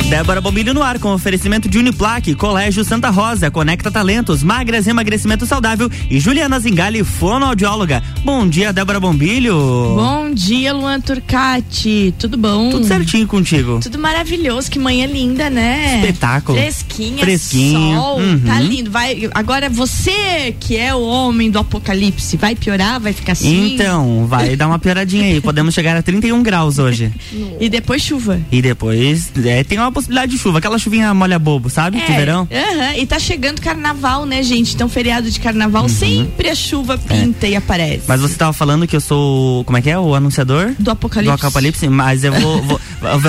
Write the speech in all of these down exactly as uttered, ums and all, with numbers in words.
Débora Bombilho no ar com oferecimento de Uniplaque, Colégio Santa Rosa, Conecta Talentos, Magras Emagrecimento Saudável e Juliana Zingali, fonoaudióloga. Bom dia, Débora Bombilho. Bom dia, Luan Turcati. Tudo bom? Tudo certinho contigo. Tudo maravilhoso, que manhã linda, né? Espetáculo. Fresquinha, Fresquinho. sol, uhum. Tá lindo. Vai, agora você que é o homem do apocalipse, vai piorar, vai ficar assim? Então, vai dar uma pioradinha aí. Podemos chegar a trinta e um graus hoje. E depois chuva. E depois, é, tem uma possibilidade de chuva, aquela chuvinha molha bobo, sabe? É, de verão. Uh-huh, e tá chegando carnaval, né, gente? Então, feriado de carnaval, uhum. sempre a chuva pinta é. e aparece. Mas você tava falando que eu sou, como é que é? O anunciador? Do apocalipse. Do apocalipse, mas eu vou, vou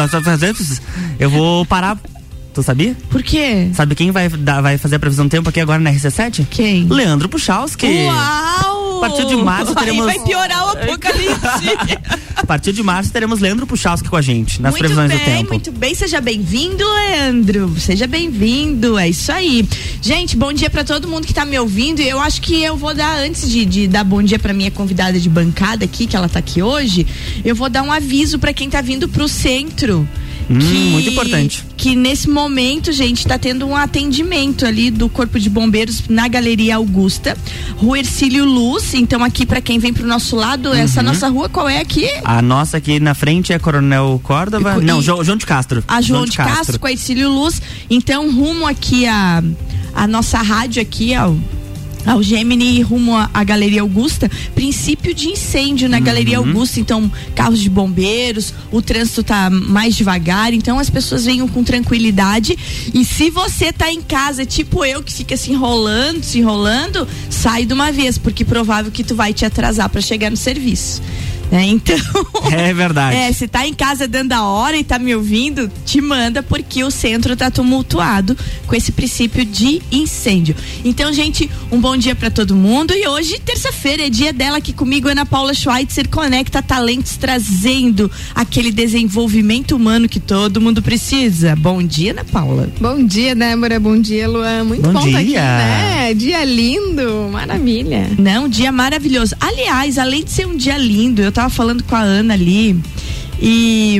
eu vou parar. Tu sabia? Por quê? Sabe quem vai, dar, vai fazer a previsão do tempo aqui agora na R C sete? Quem? Leandro Puchalski. Uau! A partir de março teremos... Aí vai piorar o apocalipse. A partir de março teremos Leandro Puchalski com a gente nas muito previsões bem, do tempo. Muito bem, seja bem-vindo, Leandro. Seja bem-vindo, é isso aí. Gente, bom dia pra todo mundo que tá me ouvindo. E eu acho que eu vou dar, antes de, de dar bom dia pra minha convidada de bancada aqui, que ela tá aqui hoje, eu vou dar um aviso pra quem tá vindo pro centro. Hum, que, muito importante. Que nesse momento, gente, tá tendo um atendimento ali do Corpo de Bombeiros na Galeria Augusta, Rua Ercílio Luz. Então aqui pra quem vem pro nosso lado, uhum. essa nossa rua, qual é aqui? A nossa aqui na frente é Coronel Córdova, e, não, João, João de Castro. A João, João de, de Castro. Castro com a Ercílio Luz. Então rumo aqui a, a nossa rádio aqui, ó, ao Gemini e rumo à Galeria Augusta, princípio de incêndio na uhum. Galeria Augusta, então carros de bombeiros, o trânsito tá mais devagar, então as pessoas venham com tranquilidade. E se você tá em casa, tipo eu, que fica se enrolando, se enrolando, sai de uma vez, porque provável que tu vai te atrasar para chegar no serviço. É, então. É verdade. É, se tá em casa dando a hora e tá me ouvindo, te manda, porque o centro tá tumultuado com esse princípio de incêndio. Então, gente, um bom dia pra todo mundo. E hoje, terça-feira, é dia dela aqui comigo, Ana Paula Schweitzer, Conecta Talentos, trazendo aquele desenvolvimento humano que todo mundo precisa. Bom dia, Ana Paula. Bom dia, Débora. Bom dia, Luan. Muito bom, bom dia. Tá aqui, né? Dia lindo, maravilha. Não, dia maravilhoso. Aliás, além de ser um dia lindo, eu tava falando com a Ana ali e,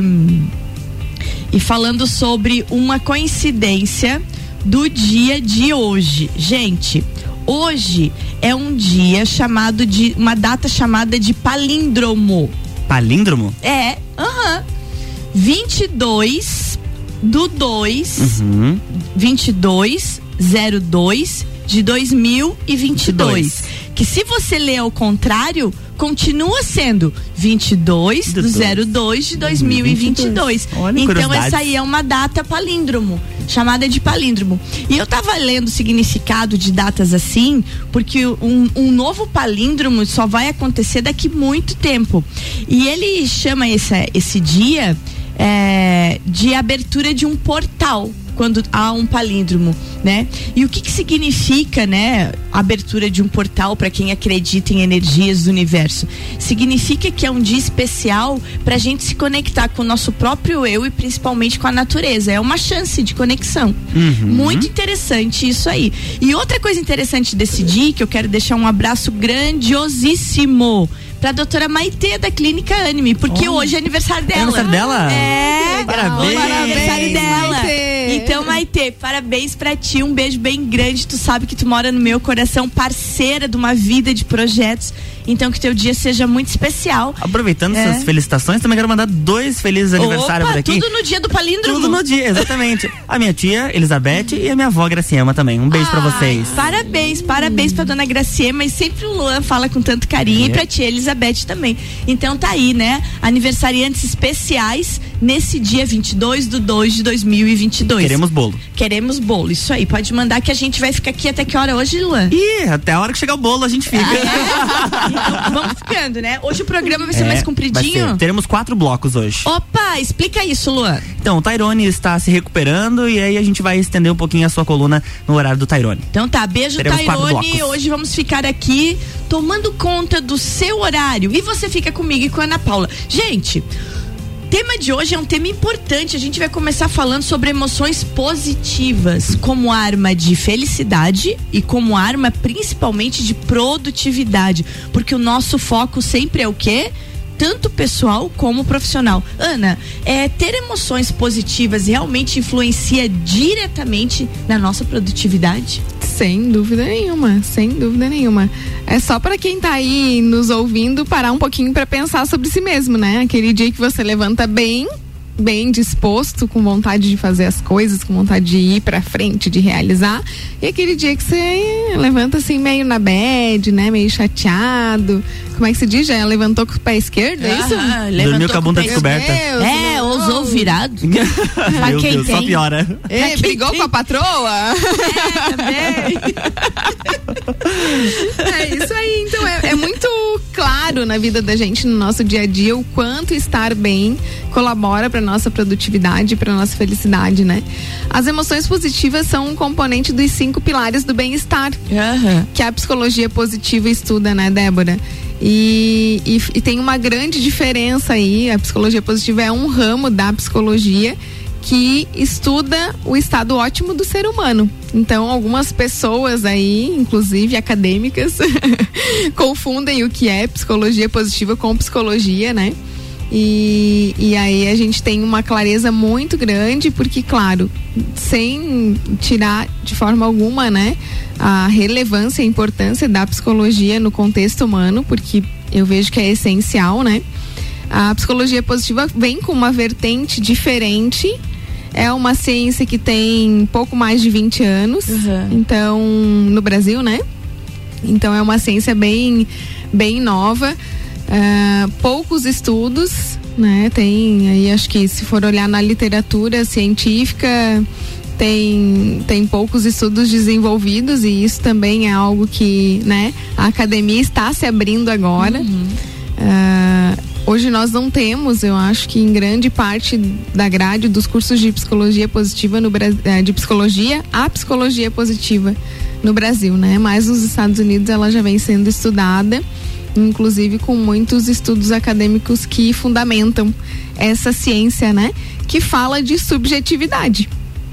e falando sobre uma coincidência do dia de hoje. Gente, hoje é um dia chamado de, uma data chamada de palíndromo. Palíndromo? É, aham. Uh-huh. vinte e dois do dois, uhum. vinte e dois zero dois de dois mil e vinte e dois. Que se você ler ao contrário, continua sendo vinte e dois do zero dois de dois mil e vinte e dois. Então essa aí é uma data palíndromo, chamada de palíndromo. E eu tava lendo o significado de datas assim, porque um, um novo palíndromo só vai acontecer daqui muito tempo. E ele chama esse, esse dia é, de abertura de um portal, quando há um palíndromo, né? E o que que significa, né, abertura de um portal para quem acredita em energias do universo? Significa que é um dia especial pra gente se conectar com o nosso próprio eu e principalmente com a natureza. É uma chance de conexão. Uhum. Muito interessante isso aí. E outra coisa interessante desse dia, que eu quero deixar um abraço grandiosíssimo pra doutora Maitê da Clínica Anime, porque oh. hoje é aniversário dela. É aniversário dela? É, parabéns. Parabéns, aniversário dela. Maitê. Então, Maitê, parabéns pra ti, um beijo bem grande. Tu sabe que tu mora no meu coração, parceira de uma vida de projetos. Então, que teu dia seja muito especial. Aproveitando é. essas felicitações, também quero mandar dois felizes aniversários por aqui. Tudo no dia do palíndromo. Tudo no dia, exatamente. A minha tia, Elizabeth, e a minha avó, Graciema, também. Um beijo ah, pra vocês. Parabéns, parabéns pra dona Graciema. E sempre o Luan fala com tanto carinho. É. E pra tia Elizabeth também. Então tá aí, né? Aniversariantes especiais nesse dia vinte e dois de dois de dois mil e vinte e dois. Queremos bolo. Queremos bolo, isso aí. Pode mandar que a gente vai ficar aqui até que hora hoje, Luan? Ih, até a hora que chegar o bolo a gente fica. Ah, é? Então, vamos ficando, né? Hoje o programa vai ser é, mais compridinho. Ser. Teremos quatro blocos hoje. Opa, explica isso, Luan. Então, o Tairone está se recuperando e aí a gente vai estender um pouquinho a sua coluna no horário do Tairone. Então tá, beijo, Teremos Tairone. Hoje vamos ficar aqui tomando conta do seu horário. E você fica comigo e com a Ana Paula. Gente, o tema de hoje é um tema importante. A gente vai começar falando sobre emoções positivas como arma de felicidade e como arma principalmente de produtividade, porque o nosso foco sempre é o quê? tanto pessoal como profissional. Ana, é, ter emoções positivas realmente influencia diretamente na nossa produtividade? Sem dúvida nenhuma, sem dúvida nenhuma. É só para quem tá aí nos ouvindo parar um pouquinho para pensar sobre si mesmo, né? Aquele dia que você levanta bem, bem disposto, com vontade de fazer as coisas, com vontade de ir pra frente, de realizar, e aquele dia que você levanta assim meio na bad, né, meio chateado. Como é que se diz? Já levantou com o pé esquerdo, é isso? Ah, dormiu com a bunda descoberta. Deus, é, ousou virado. Pra Meu quem Deus, tem. só piora. É, brigou tem. com a patroa? É, também. É isso aí, então é, é muito claro na vida da gente, no nosso dia a dia, o quanto estar bem colabora para nossa produtividade, para nossa felicidade, né? As emoções positivas são um componente dos cinco pilares do bem-estar, uhum. que a psicologia positiva estuda, né, Débora? E, e, e tem uma grande diferença aí. A psicologia positiva é um ramo da psicologia que estuda o estado ótimo do ser humano. Então, algumas pessoas aí, inclusive acadêmicas, confundem o que é psicologia positiva com psicologia, né? E, e aí a gente tem uma clareza muito grande, porque, claro, sem tirar de forma alguma, né, a relevância e a importância da psicologia no contexto humano, porque eu vejo que é essencial, né? A psicologia positiva vem com uma vertente diferente. É uma ciência que tem pouco mais de vinte anos, uhum. então, no Brasil, né? Então é uma ciência bem, bem nova. Uh, poucos estudos, né? Tem aí, acho que se for olhar na literatura científica, tem, tem poucos estudos desenvolvidos, e isso também é algo que, né, a academia está se abrindo agora. Uhum. Uh, hoje nós não temos, eu acho que em grande parte da grade dos cursos de psicologia positiva no Brasil, de psicologia, a psicologia positiva no Brasil, né? Mas nos Estados Unidos ela já vem sendo estudada, inclusive com muitos estudos acadêmicos que fundamentam essa ciência, né? Que fala de subjetividade.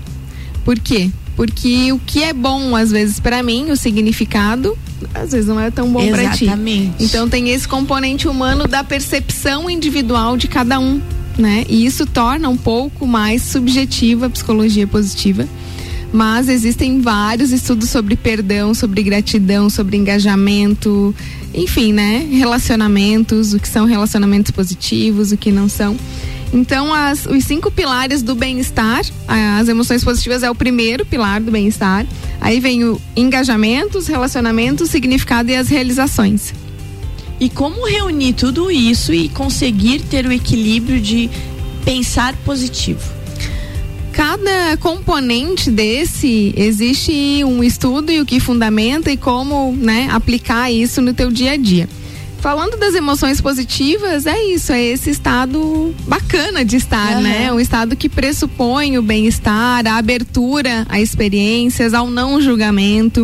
Por quê? Porque o que é bom, às vezes, para mim, o significado, às vezes não é tão bom para ti. Exatamente. Então tem esse componente humano da percepção individual de cada um, né? E isso torna um pouco mais subjetiva a psicologia positiva. Mas existem vários estudos sobre perdão, sobre gratidão, sobre engajamento, enfim, né? Relacionamentos, o que são relacionamentos positivos, o que não são. Então, as, os cinco pilares do bem-estar, as emoções positivas é o primeiro pilar do bem-estar. Aí vem o engajamento, os relacionamentos, o significado e as realizações. E como reunir tudo isso e conseguir ter o equilíbrio de pensar positivo? Cada componente desse, existe um estudo e o que fundamenta e como, né, aplicar isso no teu dia a dia. Falando das emoções positivas, é isso, é esse estado bacana de estar, uhum. né? Um estado que pressupõe o bem-estar, a abertura a experiências, ao não julgamento.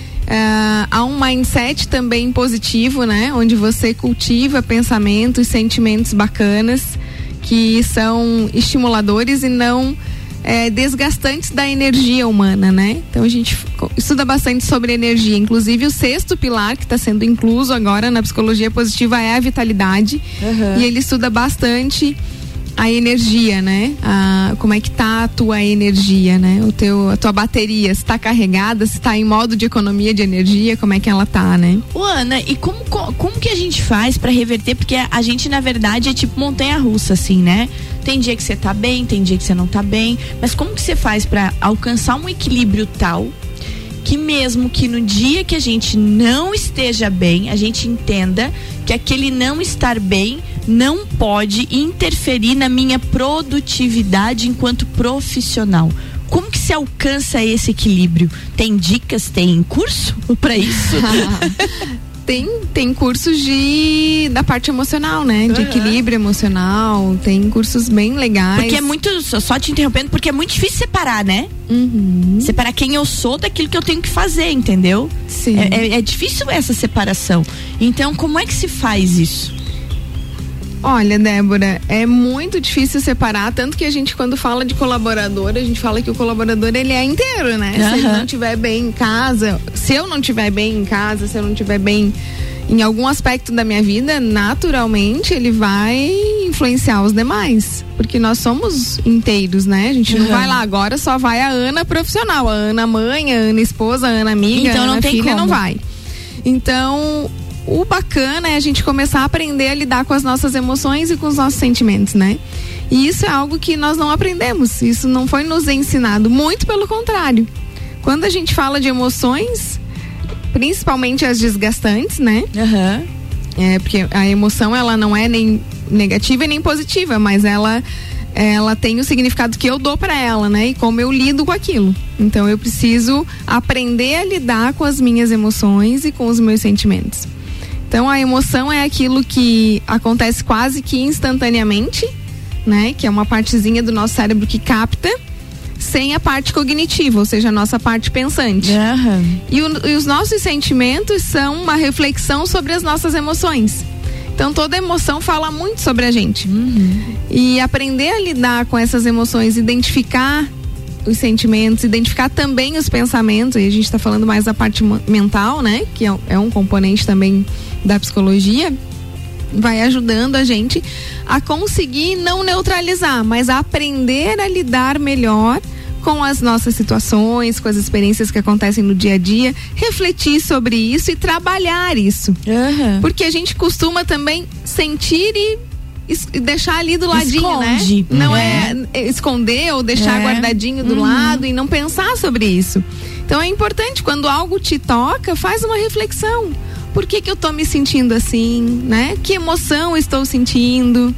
Uh, há um mindset também positivo, né? Onde você cultiva pensamentos, sentimentos bacanas que são estimuladores e não É, desgastantes da energia humana, né? Então a gente estuda bastante sobre energia, inclusive o sexto pilar que está sendo incluso agora na psicologia positiva é a vitalidade, uhum. e ele estuda bastante a energia, né? A, como é que tá a tua energia, né? O teu, a tua bateria, se tá carregada, se tá em modo de economia de energia, como é que ela tá, né? Ô, Ana, e como, como que a gente faz pra reverter? Porque a gente, na verdade, é tipo montanha-russa, assim, né? Tem dia que você tá bem, tem dia que você não tá bem, mas como que você faz pra alcançar um equilíbrio tal que mesmo que no dia que a gente não esteja bem, a gente entenda que aquele não estar bem não pode interferir na minha produtividade enquanto profissional? Como que se alcança esse equilíbrio? Tem dicas, tem curso para isso? Tem, tem cursos de, da parte emocional, né? De uhum. equilíbrio emocional, tem cursos bem legais. Porque é muito, só te interrompendo, porque é muito difícil separar, né? Uhum. Separar quem eu sou daquilo que eu tenho que fazer, entendeu? Sim. É, é, é difícil essa separação. Então, como é que se faz isso? Olha, Débora, é muito difícil separar, tanto que a gente, quando fala de colaborador, a gente fala que o colaborador, ele é inteiro, né? Uhum. Se ele não estiver bem em casa, se eu não estiver bem em casa, se eu não estiver bem em algum aspecto da minha vida, naturalmente ele vai influenciar os demais, porque nós somos inteiros, né? A gente não Uhum. vai lá agora, só vai a Ana profissional, a Ana mãe, a Ana esposa, a Ana amiga, Então a não Ana tem filha, como. não vai. Então, o bacana é a gente começar a aprender a lidar com as nossas emoções e com os nossos sentimentos, né? E isso é algo que nós não aprendemos, isso não foi nos ensinado, muito pelo contrário. Quando a gente fala de emoções, principalmente as desgastantes, né? Aham. É, porque a emoção, ela não é nem negativa e nem positiva, mas ela ela tem o significado que eu dou pra ela, né? E como eu lido com aquilo. Então eu preciso aprender a lidar com as minhas emoções e com os meus sentimentos. Então a emoção é aquilo que acontece quase que instantaneamente, né? Que é uma partezinha do nosso cérebro que capta, sem a parte cognitiva, ou seja, a nossa parte pensante. Aham. E, o, e os nossos sentimentos são uma reflexão sobre as nossas emoções. Então toda emoção fala muito sobre a gente. Uhum. E aprender a lidar com essas emoções, identificar os sentimentos, identificar também os pensamentos, e a gente está falando mais da parte mental, né? Que é, é um componente também da psicologia, vai ajudando a gente a conseguir não neutralizar, mas a aprender a lidar melhor com as nossas situações, com as experiências que acontecem no dia a dia, refletir sobre isso e trabalhar isso. Uhum. Porque a gente costuma também sentir e es- deixar ali do ladinho, Esconde. né? Não É. é esconder ou deixar É. guardadinho do Uhum. lado e não pensar sobre isso. Então é importante, quando algo te toca, faz uma reflexão. Por que que eu tô me sentindo assim, né? Que emoção eu estou sentindo?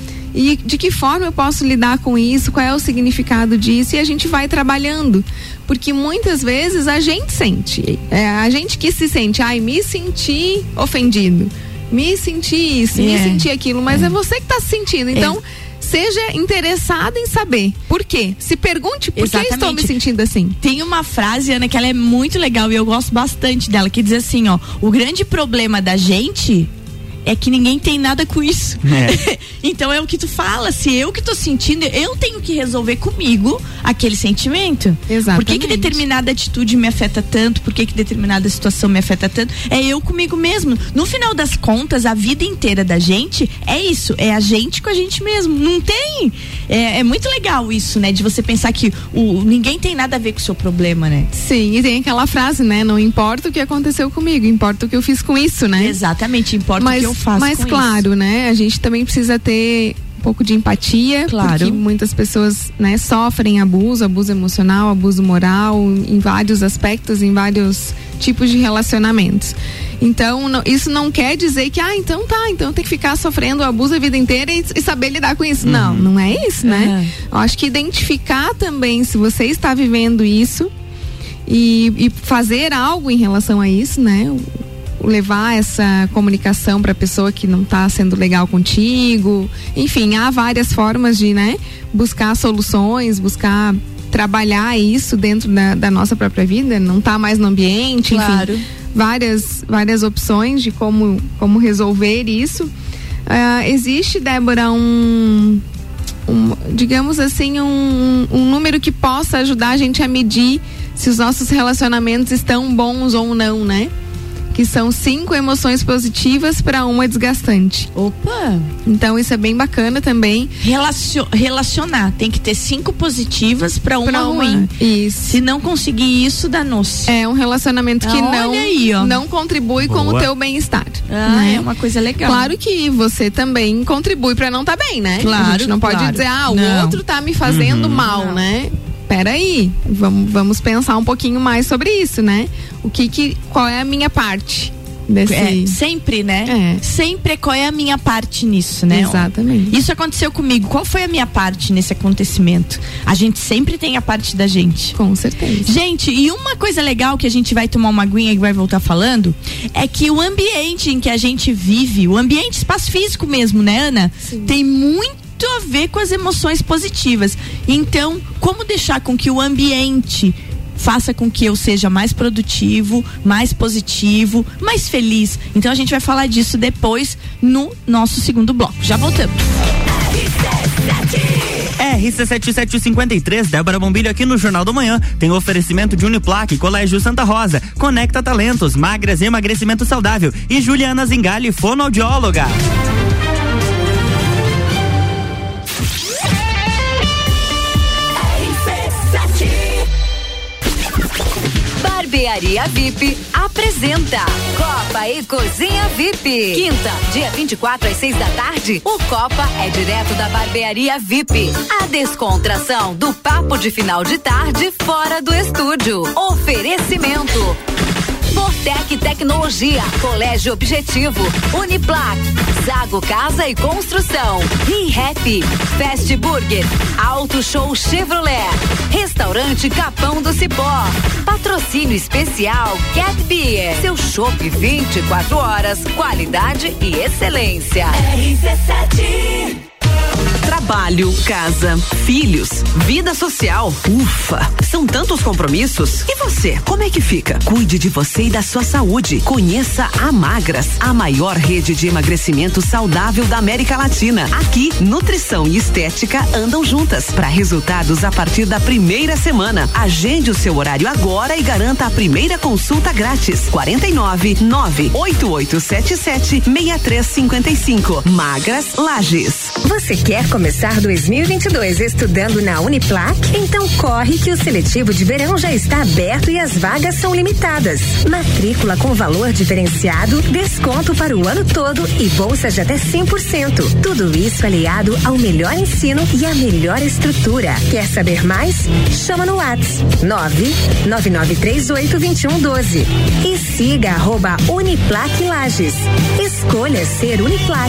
E de que forma eu posso lidar com isso? Qual é o significado disso? E a gente vai trabalhando. Porque muitas vezes a gente sente. É a gente que se sente, ai, me senti ofendido. Me senti isso, me É. senti aquilo. Mas é, você que está se sentindo. Então, É. seja interessado em saber. Por quê? Se pergunte por que Exatamente. estou me sentindo assim. Tem uma frase, Ana, que ela é muito legal e eu gosto bastante dela, que diz assim, ó: o grande problema da gente é que ninguém tem nada com isso. É. Então é o que tu fala, se eu que tô sentindo, eu tenho que resolver comigo aquele sentimento. Exatamente. Por que que determinada atitude me afeta tanto? Por que que determinada situação me afeta tanto? É eu comigo mesmo. No final das contas, a vida inteira da gente é isso, é a gente com a gente mesmo. Não tem. É, é muito legal isso, né? De você pensar que o, ninguém tem nada a ver com o seu problema, né? Sim, e tem aquela frase, né? Não importa o que aconteceu comigo, importa o que eu fiz com isso, né? Exatamente, importa Mas, o que eu faço mas com claro, isso. né? A gente também precisa ter um pouco de empatia, Claro. porque muitas pessoas, né, sofrem abuso, abuso emocional, abuso moral, em vários aspectos, em vários tipos de relacionamentos. Então, não- isso não quer dizer que, ah, então tá, então tem que ficar sofrendo o abuso a vida inteira e, e saber lidar com isso. Não, não é isso, né? Eu acho que identificar também se você está vivendo isso e, e fazer algo em relação a isso, né? O- levar essa comunicação para a pessoa que não está sendo legal contigo. Enfim, há várias formas de, né, buscar soluções, buscar trabalhar isso dentro da, da nossa própria vida, não tá mais no ambiente, Claro. enfim, várias, várias opções de como, como resolver isso. Ah, existe, Débora, um, um, digamos assim, um, um número que possa ajudar a gente a medir se os nossos relacionamentos estão bons ou não, né? Que são cinco emoções positivas para uma desgastante. Opa! Então isso é bem bacana também. Relacio- relacionar. Tem que ter cinco positivas pra uma Pra ruim. Isso. Se não conseguir isso, danou-se. É um relacionamento que Ah, não, olha aí, ó. não contribui com Boa. o teu bem-estar. Ah, né? é uma coisa legal. Claro que você também contribui pra não estar bem, né? Claro, A gente não pode claro. dizer, ah, o Não. outro tá me fazendo Uhum. mal, Não. né? Peraí, vamos, vamos pensar um pouquinho mais sobre isso, né? O que que, qual é a minha parte desse... É, sempre, né? É. Sempre qual é a minha parte nisso, né? Exatamente. Isso aconteceu comigo. Qual foi a minha parte nesse acontecimento? A gente sempre tem a parte da gente. Com certeza. Gente, e uma coisa legal que a gente vai tomar uma aguinha e vai voltar falando é que o ambiente em que a gente vive, o ambiente espaço físico mesmo, né, Ana? Sim. Tem muito a ver com as emoções positivas. Então, como deixar com que o ambiente faça com que eu seja mais produtivo, mais positivo, mais feliz? Então a gente vai falar disso depois no nosso segundo bloco. Já voltamos. R C sete sete cinco três, Débora Bombilho aqui no Jornal do Manhã. Tem oferecimento de Uniplaque, Colégio Santa Rosa, Conecta Talentos, Magras e Emagrecimento Saudável e Juliana Zingali, fonoaudióloga. Barbearia V I P apresenta Copa e Cozinha V I P. Quinta, dia vinte e quatro às seis da tarde, o Copa é direto da Barbearia V I P. A descontração do papo de final de tarde fora do estúdio. Oferecimento Fortec Tecnologia, Colégio Objetivo, Uniplac, Zago Casa e Construção, ReHap, Fast Burger, Auto Show Chevrolet, Restaurante Capão do Cipó, Patrocínio Especial Cat Beer, seu chopp vinte e quatro horas, qualidade e excelência. R C sete. Trabalho, casa, filhos, vida social. Ufa, são tantos compromissos. E você, como é que fica? Cuide de você e da sua saúde. Conheça a Magras, a maior rede de emagrecimento saudável da América Latina. Aqui, nutrição e estética andam juntas para resultados a partir da primeira semana. Agende o seu horário agora e garanta a primeira consulta grátis. quarenta e nove, nove oito oito sete sete, seis três cinco cinco. Magras Lages. Você quer começar dois mil e vinte e dois estudando na Uniplac? Então corre que o seletivo de verão já está aberto e as vagas são limitadas. Matrícula com valor diferenciado, desconto para o ano todo e bolsa de até cem por cento. Tudo isso aliado ao melhor ensino e à melhor estrutura. Quer saber mais? Chama no WhatsApp nove nove nove três oito dois um um doze e siga arroba Uniplac Lages. Escolha ser Uniplac.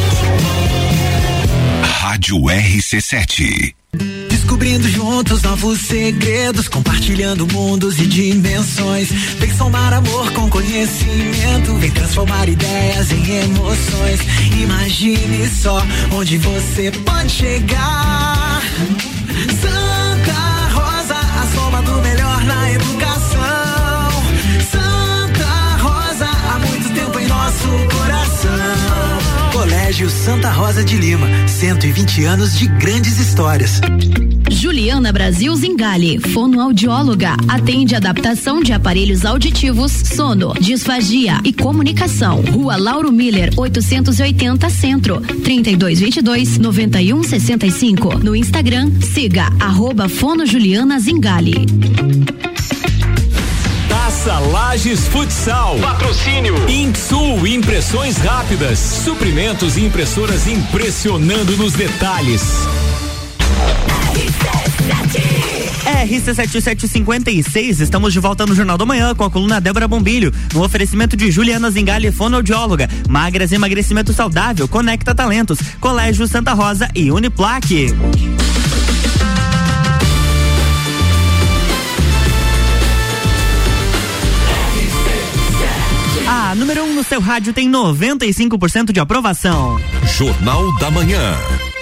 Rádio R C sete. Descobrindo juntos novos segredos, compartilhando mundos e dimensões. Vem somar amor com conhecimento, vem transformar ideias em emoções. Imagine só onde você pode chegar. Santa Rosa, a soma do melhor na educação. Santa Rosa, há muito tempo em nosso coração. Colégio Santa Rosa de Lima, cento e vinte anos de grandes histórias. Juliana Brasil Zingali, fonoaudióloga, atende adaptação de aparelhos auditivos, sono, disfagia e comunicação. Rua Lauro Miller, oitocentos e oitenta Centro, trinta e dois vinte e dois, noventa e um sessenta e cinco. No Instagram, siga arroba fono Juliana Zingali. Taça Lages Futsal. Patrocínio Inksul, impressões rápidas, suprimentos e impressoras impressionando nos detalhes. R C sete sete cinco seis, estamos de volta no Jornal do Manhã com a coluna Débora Bombilho, no oferecimento de Juliana Zingali, fonoaudióloga, Magras e Emagrecimento Saudável, Conecta Talentos, Colégio Santa Rosa e Uniplac. A número um no seu rádio tem noventa e cinco por cento de aprovação. Jornal da Manhã.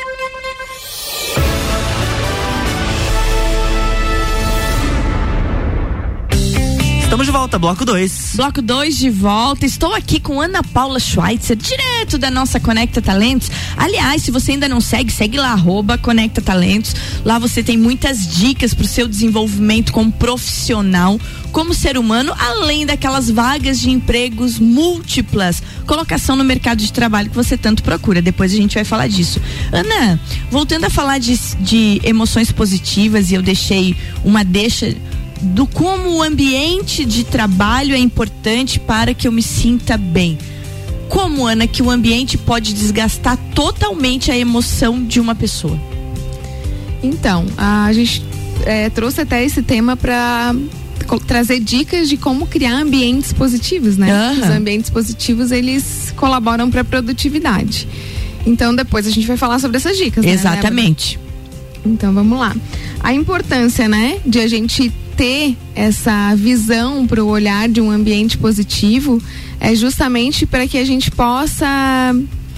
Estamos de volta, bloco dois. Bloco dois de volta. Estou aqui com Ana Paula Schweitzer, direto da nossa Conecta Talentos. Aliás, se você ainda não segue, segue lá, arroba Conecta Talentos. Lá você tem muitas dicas para o seu desenvolvimento como profissional, como ser humano, além daquelas vagas de empregos múltiplas, colocação no mercado de trabalho que você tanto procura. Depois a gente vai falar disso. Ana, voltando a falar de, de emoções positivas, e eu deixei uma deixa do como o ambiente de trabalho é importante para que eu me sinta bem. Como, Ana, que o ambiente pode desgastar totalmente a emoção de uma pessoa? Então, a gente é, trouxe até esse tema para trazer dicas de como criar ambientes positivos, né? Uhum. Os ambientes positivos, eles colaboram para a produtividade. Então, depois a gente vai falar sobre essas dicas, né? Exatamente. Então, vamos lá. A importância, né, de a gente ter essa visão para o olhar de um ambiente positivo é justamente para que a gente possa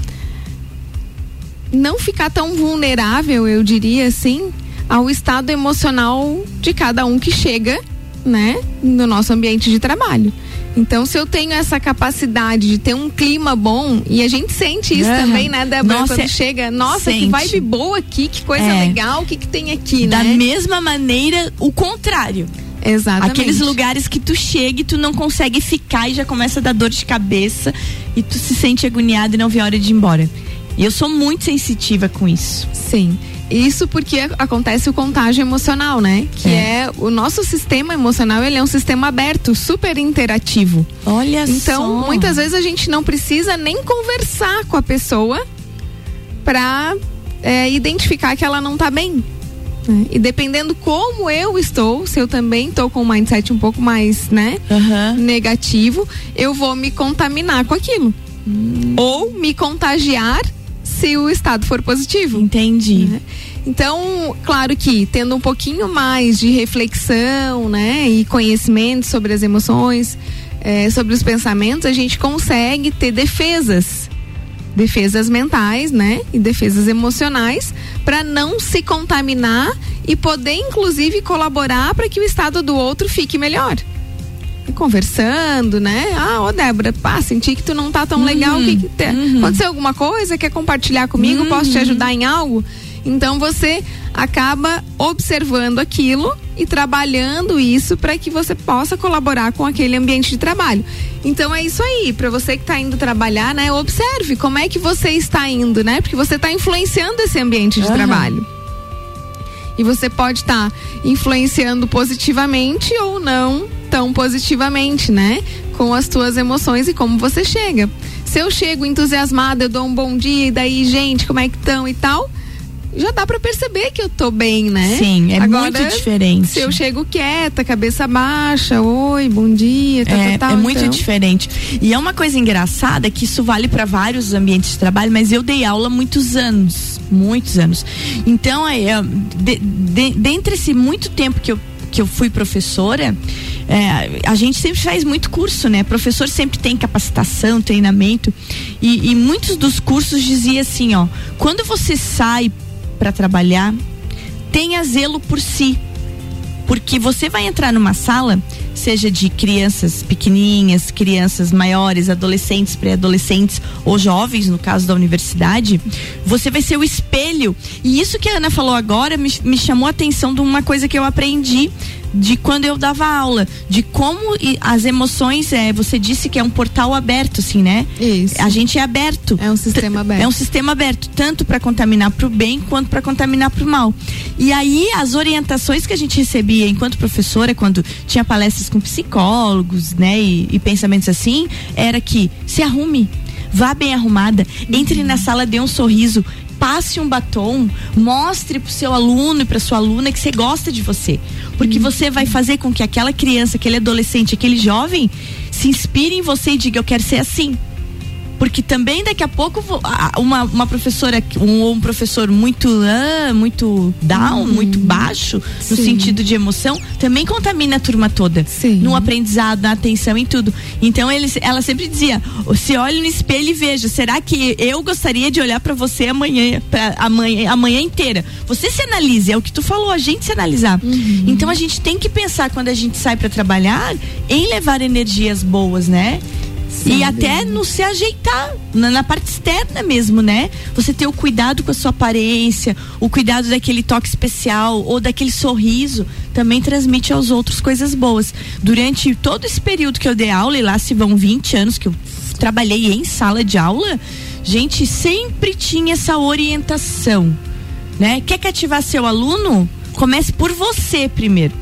não ficar tão vulnerável, eu diria assim, ao estado emocional de cada um que chega, né, no nosso ambiente de trabalho. Então, se eu tenho essa capacidade de ter um clima bom, e a gente sente isso uhum. também, né, Débora? Nossa, quando chega, nossa, sente. Que vibe boa aqui, que coisa é. legal, o que que tem aqui, da né? Da mesma maneira, o contrário. Exatamente. Aqueles lugares que tu chega e tu não consegue ficar e já começa a dar dor de cabeça e tu se sente agoniado e não vê a hora de ir embora. E eu sou muito sensitiva com isso. Sim. Isso porque acontece o contágio emocional, né? Que é. é o nosso sistema emocional, ele é um sistema aberto, super interativo. Olha então, só. Então, muitas vezes a gente não precisa nem conversar com a pessoa pra é, identificar que ela não tá bem. Né? E dependendo como eu estou, se eu também tô com um mindset um pouco mais, né? Uhum. Negativo, eu vou me contaminar com aquilo. Hum. Ou me contagiar se o estado for positivo. Entendi. Né? Então, claro que tendo um pouquinho mais de reflexão, né, e conhecimento sobre as emoções, é, sobre os pensamentos, a gente consegue ter defesas, defesas mentais, né, e defesas emocionais, para não se contaminar e poder, inclusive, colaborar para que o estado do outro fique melhor. Conversando, né? Ah, ô Débora, pá, senti que tu não tá tão uhum, legal. Que que te... uhum. Aconteceu alguma coisa? Quer compartilhar comigo? Uhum. Posso te ajudar em algo? Então você acaba observando aquilo e trabalhando isso para que você possa colaborar com aquele ambiente de trabalho. Então é isso aí, para você que tá indo trabalhar, né? Observe como é que você está indo, né? Porque você tá influenciando esse ambiente de uhum. trabalho. E você pode estar tá influenciando positivamente ou não tão positivamente, né? Com as tuas emoções e como você chega. Se eu chego entusiasmada, eu dou um bom dia, e daí, gente, como é que estão e tal, já dá pra perceber que eu tô bem, né? Sim, é Agora, muito diferente. Se eu chego quieta, cabeça baixa, oi, bom dia, tal, é, tal, tal, é muito então. diferente. E é uma coisa engraçada que isso vale para vários ambientes de trabalho, mas eu dei aula há muitos anos, muitos anos. Então, é, de, de, dentre esse muito tempo que eu que eu fui professora, é, a gente sempre faz muito curso, né? Professor sempre tem capacitação, treinamento, e, e muitos dos cursos dizia assim, ó, quando você sai para trabalhar, tenha zelo por si, porque você vai entrar numa sala, seja de crianças pequenininhas, crianças maiores, adolescentes, pré-adolescentes ou jovens, no caso da universidade, você vai ser o espelho. E isso que a Ana falou agora me, me chamou a atenção de uma coisa que eu aprendi de quando eu dava aula, de como as emoções, é, você disse que é um portal aberto, assim, né? Isso. A gente é aberto. É um sistema aberto. É um sistema aberto, tanto para contaminar para o bem quanto para contaminar para o mal. E aí as orientações que a gente recebia enquanto professora, quando tinha palestras com psicólogos, né, e, e pensamentos assim, era que se arrume, vá bem arrumada, entre na sala, dê um sorriso, passe um batom, mostre pro seu aluno e pra sua aluna que você gosta de você, porque você vai fazer com que aquela criança, aquele adolescente, aquele jovem se inspire em você e diga, eu quero ser assim. Porque também daqui a pouco uma, uma professora um, um professor muito ah, muito down, uhum. muito baixo, no Sim. sentido de emoção, também contamina a turma toda. Sim. No aprendizado, na atenção, em tudo. Então eles, ela sempre dizia, se olhe no espelho e veja, será que eu gostaria de olhar para você amanhã, pra amanhã, amanhã inteira? Você se analise, é o que tu falou, a gente se analisar. Uhum. Então a gente tem que pensar, quando a gente sai para trabalhar, em levar energias boas, né? Sim, e até bem. No se ajeitar na, na parte externa mesmo, né? Você ter o cuidado com a sua aparência, o cuidado daquele toque especial ou daquele sorriso, também transmite aos outros coisas boas. Durante todo esse período que eu dei aula, e lá se vão vinte anos que eu trabalhei em sala de aula, gente, sempre tinha essa orientação, né? Quer cativar seu aluno? Comece por você primeiro.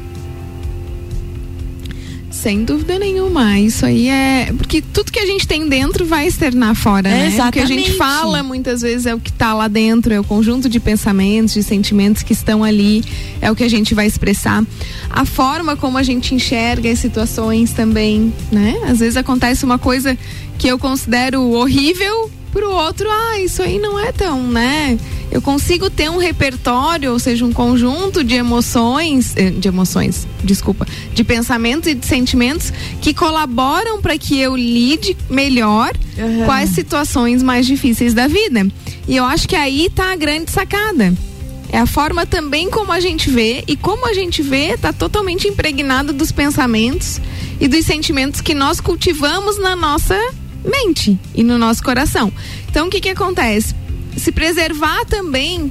Sem dúvida nenhuma, isso aí é, porque tudo que a gente tem dentro vai externar fora, é, né? Exatamente. O que a gente fala muitas vezes é o que está lá dentro, é o conjunto de pensamentos, de sentimentos que estão ali, é o que a gente vai expressar. A forma como a gente enxerga as situações também, né? Às vezes acontece uma coisa que eu considero horrível, pro outro, ah, isso aí não é tão, né? Eu consigo ter um repertório, ou seja, um conjunto de emoções, de emoções, desculpa, de pensamentos e de sentimentos que colaboram para que eu lide melhor uhum. com as situações mais difíceis da vida. E eu acho que aí tá a grande sacada. É a forma também como a gente vê, e como a gente vê tá totalmente impregnado dos pensamentos e dos sentimentos que nós cultivamos na nossa mente e no nosso coração. Então, o que que acontece? Se preservar também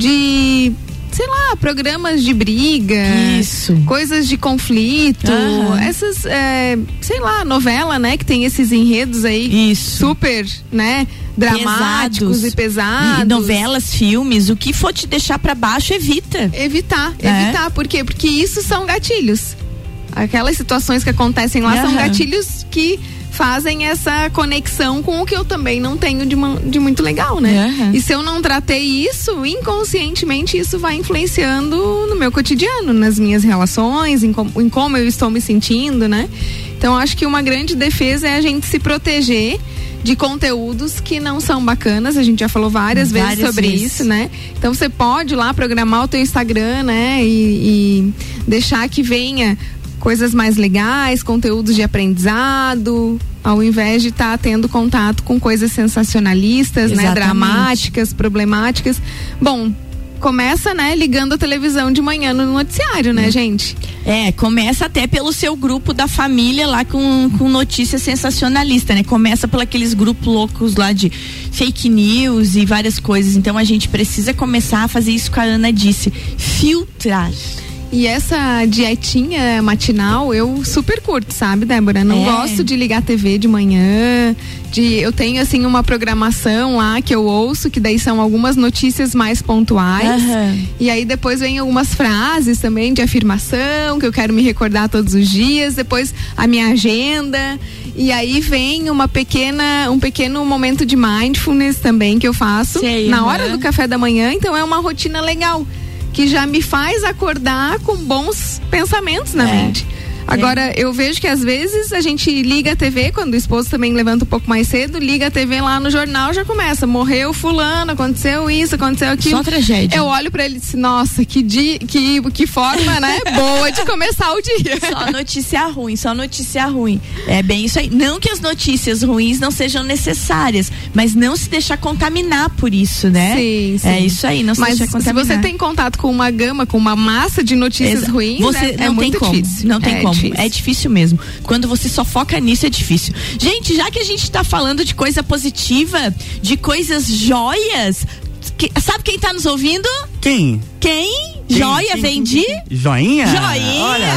de, sei lá, programas de briga, isso, coisas de conflito, uhum. essas, é, sei lá, novela, né, que tem esses enredos aí, isso, super, né, dramáticos pesados. e pesados. E novelas, filmes, o que for te deixar pra baixo, evita. Evitar, é. evitar, por quê? Porque isso são gatilhos. Aquelas situações que acontecem lá uhum. são gatilhos que fazem essa conexão com o que eu também não tenho de, uma, de muito legal, né? Uhum. E se eu não tratei isso, inconscientemente isso vai influenciando no meu cotidiano, nas minhas relações, em, com, em como eu estou me sentindo, né? Então acho que uma grande defesa é a gente se proteger de conteúdos que não são bacanas. A gente já falou várias, várias vezes sobre vezes. isso, né? Então você pode lá programar o teu Instagram, né? E, e deixar que venha coisas mais legais, conteúdos de aprendizado, ao invés de estar tá tendo contato com coisas sensacionalistas, Exatamente. né? Dramáticas, problemáticas. Bom, começa, né, ligando a televisão de manhã no noticiário, né, hum. gente? É, começa até pelo seu grupo da família lá com, com notícia sensacionalista, né? Começa por aqueles grupos loucos lá de fake news e várias coisas. Então a gente precisa começar a fazer isso que a Ana disse, filtrar. E essa dietinha matinal eu super curto, sabe, Débora? Não é. gosto de ligar a T V de manhã, de, eu tenho assim uma programação lá que eu ouço, que daí são algumas notícias mais pontuais, uhum. e aí depois vem algumas frases também de afirmação, que eu quero me recordar todos os dias, depois a minha agenda, e aí vem uma pequena, um pequeno momento de mindfulness também que eu faço Sei, na uhum. hora do café da manhã, então é uma rotina legal, que já me faz acordar com bons pensamentos na é. mente. Agora, é. eu vejo que às vezes a gente liga a T V, quando o esposo também levanta um pouco mais cedo, liga a T V lá no jornal, já começa, morreu fulano, aconteceu isso, aconteceu aquilo. Só tragédia. Eu olho pra ele e disse, nossa, que, dia, que, que forma, né, boa de começar o dia. Só notícia ruim, só notícia ruim. É bem isso aí. Não que as notícias ruins não sejam necessárias, mas não se deixar contaminar por isso, né? Sim, sim. É isso aí, não se mas deixar contaminar. Se você tem contato com uma gama, com uma massa de notícias Exa- ruins, você é, não é tem muito como. difícil. Não tem é como. Difícil. É difícil mesmo. Quando você só foca nisso, é difícil. Gente, já que a gente tá falando de coisa positiva, de coisas joias, que, sabe quem tá nos ouvindo? Quem? Quem? Quem? Joia Quem? vem de? Joinha? Joinha! Olha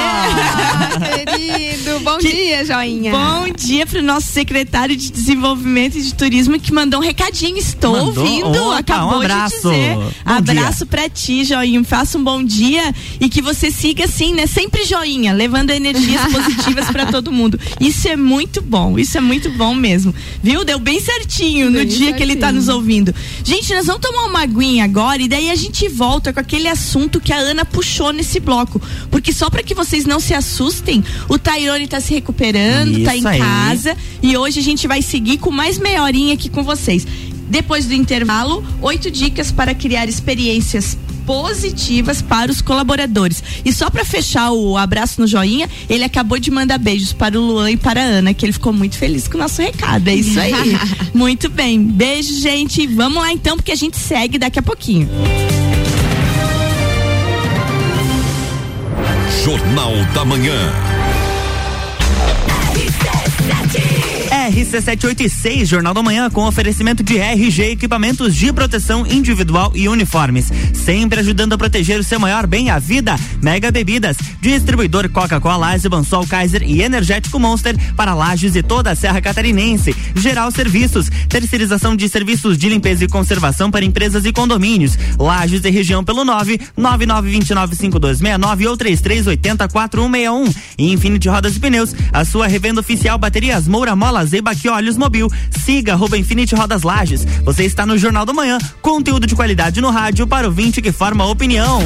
ah, querido, bom que, dia, Joinha. Bom dia pro nosso secretário de Desenvolvimento e de Turismo que mandou um recadinho. Estou mandou? ouvindo, Opa, acabou um abraço. de dizer. Bom abraço dia. pra ti, Joinha. Faça um bom dia e que você siga assim, né? Sempre joinha, levando energias positivas pra todo mundo. Isso é muito bom, isso é muito bom mesmo. Viu? Deu bem certinho no bem dia certinho. que ele tá nos ouvindo. Gente, nós vamos tomar uma aguinha agora e daí a gente volta com aquele assunto que a Ana puxou nesse bloco, porque só para que vocês não se assustem, o Tairone tá se recuperando, Isso tá em aí. casa e hoje a gente vai seguir com mais meia horinha aqui com vocês. Depois do intervalo, oito dicas para criar experiências positivas para os colaboradores. E só para fechar o abraço no joinha, ele acabou de mandar beijos para o Luan e para a Ana, que ele ficou muito feliz com o nosso recado. É isso aí. Muito bem. Beijo, gente. Vamos lá então, porque a gente segue daqui a pouquinho. Jornal da Manhã. R C setecentos e oitenta e seis, Jornal da Manhã, com oferecimento de R G Equipamentos de Proteção Individual e Uniformes. Sempre ajudando a proteger o seu maior bem, a vida. Mega Bebidas, distribuidor Coca-Cola, Eisenbahn, Kaiser e Energético Monster para Lages e toda a Serra Catarinense. Geral Serviços, terceirização de serviços de limpeza e conservação para empresas e condomínios. Lages e região pelo nove nove nove dois nove cinco dois seis nove ou três três oito zero quatro um seis um. E Infinity Rodas e Pneus, a sua revenda oficial baterias Moura Mola, Zeiba Olhos Mobil. Siga arroba Infinity Rodas Lages. Você está no Jornal da Manhã, conteúdo de qualidade no rádio para o ouvinte que forma opinião.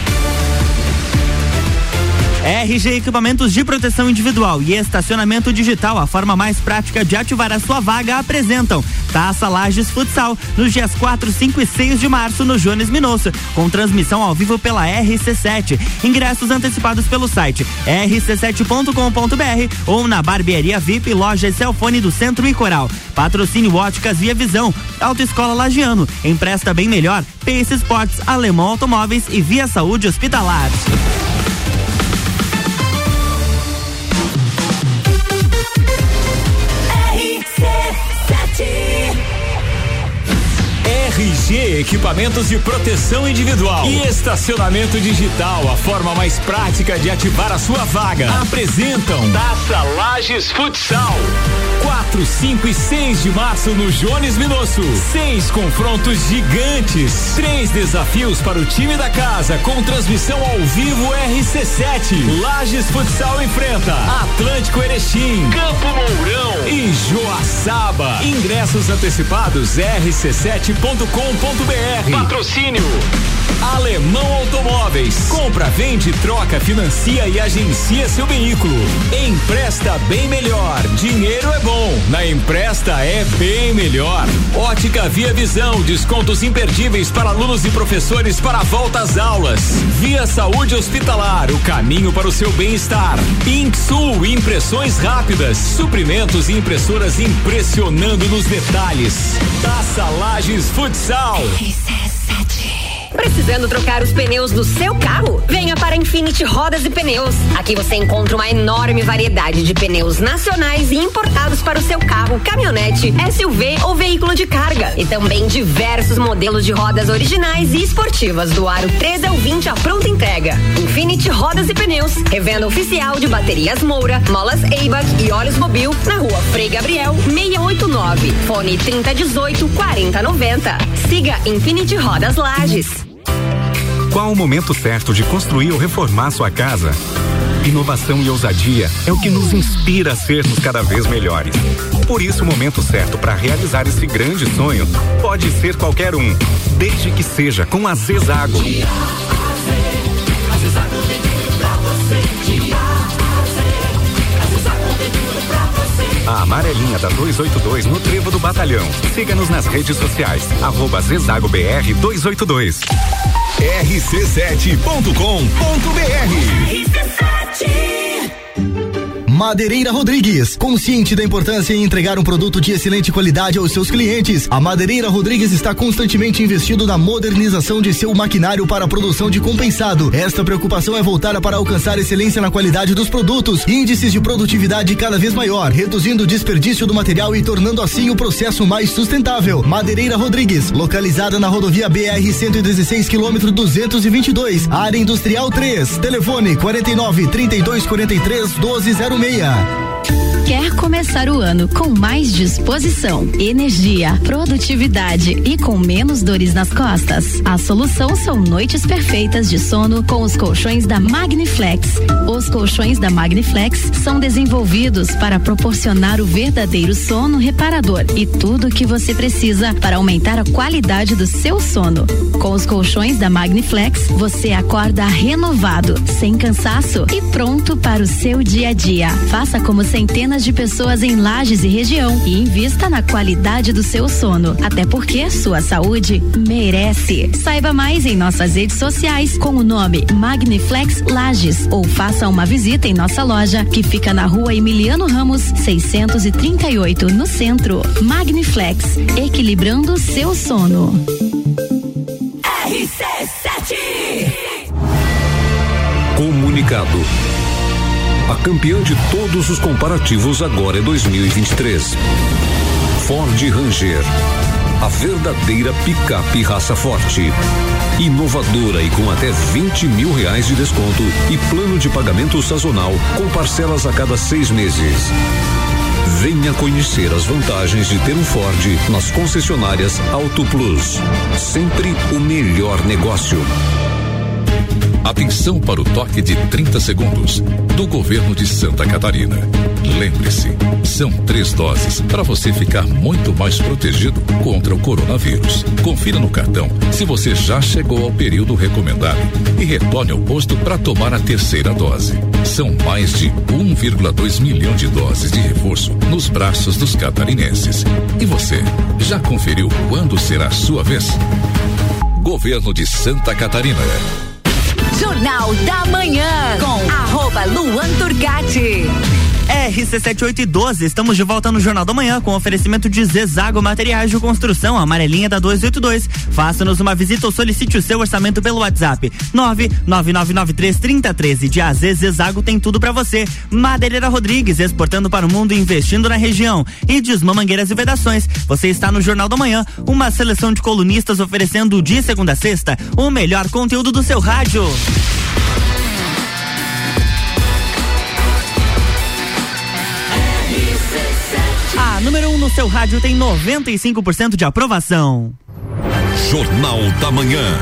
R G Equipamentos de Proteção Individual e Estacionamento Digital, a forma mais prática de ativar a sua vaga, apresentam Taça Lages Futsal nos dias quatro, cinco e seis de março no Jones Minosso, com transmissão ao vivo pela R C sete. Ingressos antecipados pelo site r c sete ponto com ponto b r ou na Barbearia V I P, loja Celfone do Centro e Coral. Patrocínio Óticas Via Visão, Autoescola Lagiano, Empresta Bem Melhor, Pace Sports, Alemão Automóveis e Via Saúde Hospitalar. e equipamentos de proteção individual. E estacionamento digital, a forma mais prática de ativar a sua vaga. Apresentam Taça Lages Futsal. quatro, cinco e seis de março no Jones Minosso. Seis confrontos gigantes. Três desafios para o time da casa com transmissão ao vivo R C sete. Lages Futsal enfrenta Atlântico Erechim, Campo Mourão e Joaçaba. Ingressos antecipados r c sete ponto com ponto b r. Patrocínio Alemão Automóveis. Compra, vende, troca, financia e agencia seu veículo. Empresta bem melhor. Dinheiro é bom. Na Empresta é bem melhor. Ótica Via Visão. Descontos imperdíveis para alunos e professores para a volta às aulas. Via Saúde Hospitalar. O caminho para o seu bem-estar. Inksul. Impressões rápidas. Suprimentos e impressoras impressionando nos detalhes. Taça Lages Futsal. Precisando trocar os pneus do seu carro? Venha para Infinity Rodas e Pneus. Aqui você encontra uma enorme variedade de pneus nacionais e importados para o seu carro, caminhonete, S U V ou veículo de carga. E também diversos modelos de rodas originais e esportivas do aro treze ao vinte à pronta entrega. Infinity Rodas e Pneus, revenda oficial de baterias Moura, molas Eibach e óleos Mobil, na rua Frei Gabriel, seiscentos e oitenta e nove. Fone trinta dezoito, quarenta noventa. Siga Infinity Rodas Lages. Qual o momento certo de construir ou reformar sua casa? Inovação e ousadia é o que nos inspira a sermos cada vez melhores. Por isso, o momento certo para realizar esse grande sonho pode ser qualquer um, desde que seja com a Zezago. A amarelinha da duzentos e oitenta e dois no Trevo do Batalhão. Siga-nos nas redes sociais, arroba Zezago B R duzentos e oitenta e dois. r c sete ponto com ponto b r. Madeireira Rodrigues, consciente da importância em entregar um produto de excelente qualidade aos seus clientes, a Madeireira Rodrigues está constantemente investindo na modernização de seu maquinário para a produção de compensado. Esta preocupação é voltada para alcançar excelência na qualidade dos produtos, índices de produtividade cada vez maior, reduzindo o desperdício do material e tornando assim o processo mais sustentável. Madeireira Rodrigues, localizada na rodovia B R cento e dezesseis, quilômetro duzentos e vinte e dois, área industrial três, telefone quarenta e nove, trinta e dois, quarenta e três, doze zero seis. Quer começar o ano com mais disposição, energia, produtividade e com menos dores nas costas? A solução são noites perfeitas de sono com os colchões da Magniflex. Os colchões da Magniflex são desenvolvidos para proporcionar o verdadeiro sono reparador e tudo o que você precisa para aumentar a qualidade do seu sono. Com os colchões da Magniflex, você acorda renovado, sem cansaço e pronto para o seu dia a dia. Faça como centenas de pessoas em Lages e região e invista na qualidade do seu sono, até porque sua saúde merece. Saiba mais em nossas redes sociais com o nome Magniflex Lages ou faça uma visita em nossa loja que fica na rua Emiliano Ramos seiscentos e trinta e oito no centro. Magniflex, equilibrando seu sono. R C sete Comunicado. A campeã de todos os comparativos agora é dois mil e vinte e três. Ford Ranger. A verdadeira picape raça forte. Inovadora e com até vinte mil reais de desconto e plano de pagamento sazonal com parcelas a cada seis meses. Venha conhecer as vantagens de ter um Ford nas concessionárias Auto Plus. Sempre o melhor negócio. Atenção para o toque de trinta segundos do governo de Santa Catarina. Lembre-se, são três doses para você ficar muito mais protegido contra o coronavírus. Confira no cartão se você já chegou ao período recomendado e retorne ao posto para tomar a terceira dose. São mais de um vírgula dois milhão de doses de reforço nos braços dos catarinenses. E você, já conferiu quando será a sua vez? Governo de Santa Catarina. Jornal da Manhã, com arroba Luan Turcati. R R C sete oito e doze, estamos de volta no Jornal da Manhã com oferecimento de Zezago Materiais de Construção, amarelinha da duzentos e oitenta e dois. Faça-nos uma visita ou solicite o seu orçamento pelo WhatsApp nove nove nove nove três três zero um três. De A Z, Zezago tem tudo pra você. Madeireira Rodrigues, exportando para o mundo e investindo na região. E Desmã Mangueiras e Vedações. Você está no Jornal da Manhã, uma seleção de colunistas oferecendo de segunda a sexta o melhor conteúdo do seu rádio. A número um no seu rádio tem noventa e cinco por cento de aprovação. Jornal da Manhã.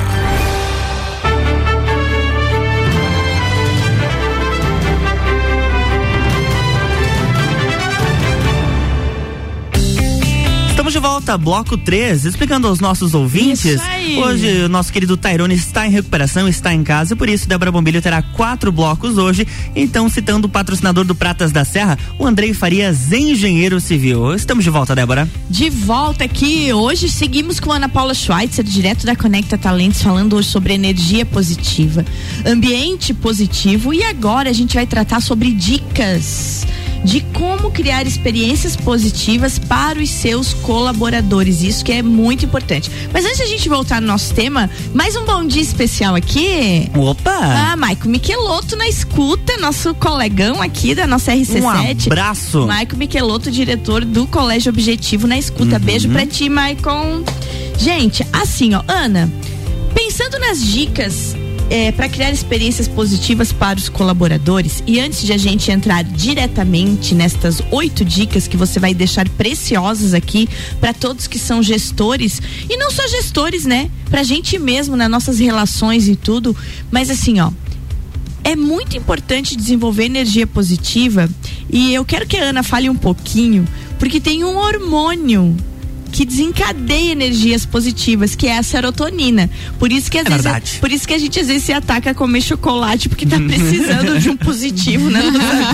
Estamos de volta, bloco três, explicando aos nossos ouvintes. Hoje o nosso querido Tairone está em recuperação, está em casa, por isso Débora Bombilho terá quatro blocos hoje. Então, citando o patrocinador do Pratas da Serra, o Andrei Farias, engenheiro civil. Estamos de volta, Débora. De volta aqui, hoje seguimos com a Ana Paula Schweitzer, direto da Conecta Talentos, falando hoje sobre energia positiva, ambiente positivo, e agora a gente vai tratar sobre dicas de como criar experiências positivas para os seus colaboradores. Isso que é muito importante. Mas antes de a gente voltar no nosso tema, mais um bom dia especial aqui. Opa! Ah, Maico Michelotto na escuta, nosso colegão aqui da nossa R C sete. Um abraço. Maico Michelotto, diretor do Colégio Objetivo na escuta. Uhum. Beijo pra ti, Maicon. Gente, assim, ó, Ana, pensando nas dicas É, para criar experiências positivas para os colaboradores, e antes de a gente entrar diretamente nestas oito dicas que você vai deixar preciosas aqui para todos que são gestores, e não só gestores, né? Pra gente mesmo, nas nossas relações e tudo, mas assim, ó, é muito importante desenvolver energia positiva, e eu quero que a Ana fale um pouquinho, porque tem um hormônio que desencadeia energias positivas, que é a serotonina. Por isso que às é vezes, verdade. por isso que a gente às vezes se ataca a comer chocolate, porque tá precisando de um positivo, né?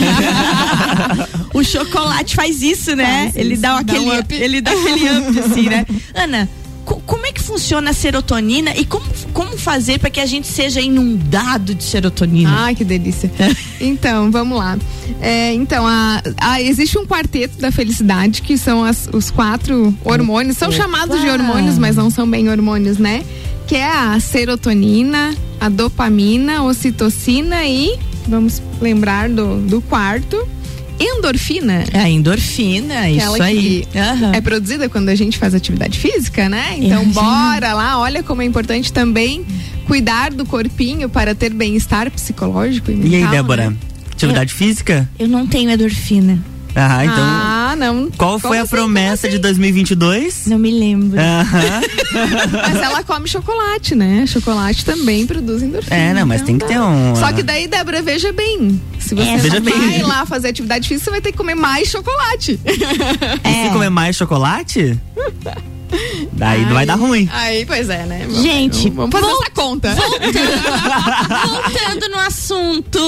O chocolate faz isso, né? Faz ele isso, dá, dá aquele, um up. ele dá aquele up, assim, né? Ana, como é que funciona a serotonina e como, como fazer para que a gente seja inundado de serotonina? Ai, que delícia. Então, vamos lá. É, então, a, a, existe um quarteto da felicidade, que são as, os quatro hormônios, são Opa. chamados de hormônios, mas não são bem hormônios, né? Que é a serotonina, a dopamina, ocitocina e, vamos lembrar do, do quarto, endorfina. A endorfina, isso aí. Uhum. É produzida quando a gente faz atividade física, né? Então, uhum. bora lá, olha como é importante também cuidar do corpinho para ter bem-estar psicológico e mental. E aí, Débora? Né? Atividade eu, física? Eu não tenho endorfina. Ah, então. Ah, não. Qual foi como a assim, promessa assim? de dois mil e vinte e dois? Não me lembro. Aham. Mas ela come chocolate, né? Chocolate também produz endorfina. É, não, mas então, tem que ter um. Só que daí, Débora, veja bem. Se você É, não veja vai bem. lá fazer atividade física, você vai ter que comer mais chocolate. E se comer mais chocolate? Daí não vai dar ruim. Aí, pois é, né? Gente, vamos fazer vol- essa conta. Voltando, voltando no assunto.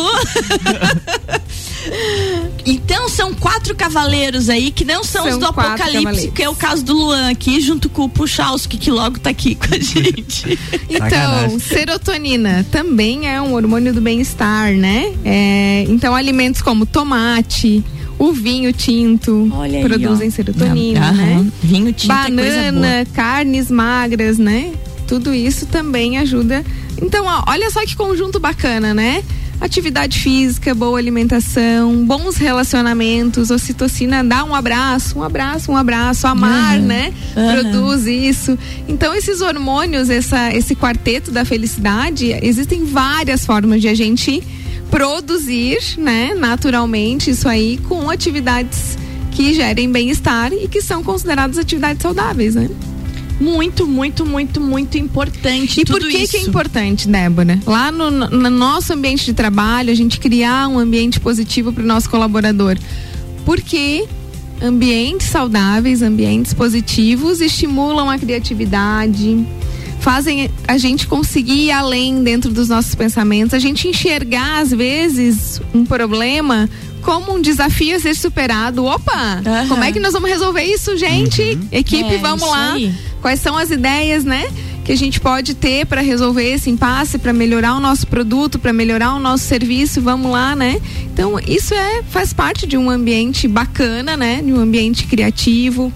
Então são quatro cavaleiros aí que não são, São os do quatro Apocalipse, cavaleiros. que é o caso do Luan aqui, junto com o Puchalski, que logo tá aqui com a gente. Então, Sacanagem. serotonina também é um hormônio do bem-estar, né? É, então, alimentos como tomate, o vinho tinto Olha aí, produzem ó. serotonina, Aham. né? Vinho tinto é coisa boa. Banana, carnes magras, né? Tudo isso também ajuda. Então, ó, olha só que conjunto bacana, né? Atividade física, boa alimentação, bons relacionamentos, ocitocina dá um abraço, um abraço, um abraço, amar, Uhum. né? Uhum. Produz isso. Então, esses hormônios, essa, esse quarteto da felicidade, existem várias formas de a gente produzir, né? Naturalmente, isso aí com atividades que gerem bem-estar e que são consideradas atividades saudáveis, né? Muito, muito, muito, muito importante. E tudo por que isso. que é importante, Débora? Lá no, no nosso ambiente de trabalho, a gente criar um ambiente positivo para o nosso colaborador. Porque ambientes saudáveis, ambientes positivos estimulam a criatividade, fazem a gente conseguir ir além dentro dos nossos pensamentos, a gente enxergar às vezes um problema como um desafio a ser superado. Opa, Uhum. como é que nós vamos resolver isso, gente? Uhum. Equipe, É, vamos isso lá. aí. Quais são as ideias, né? Que que a gente pode ter para resolver esse impasse, para melhorar o nosso produto, para melhorar o nosso serviço, vamos lá, né? Então, isso é, faz parte de um ambiente bacana, né? De um ambiente criativo,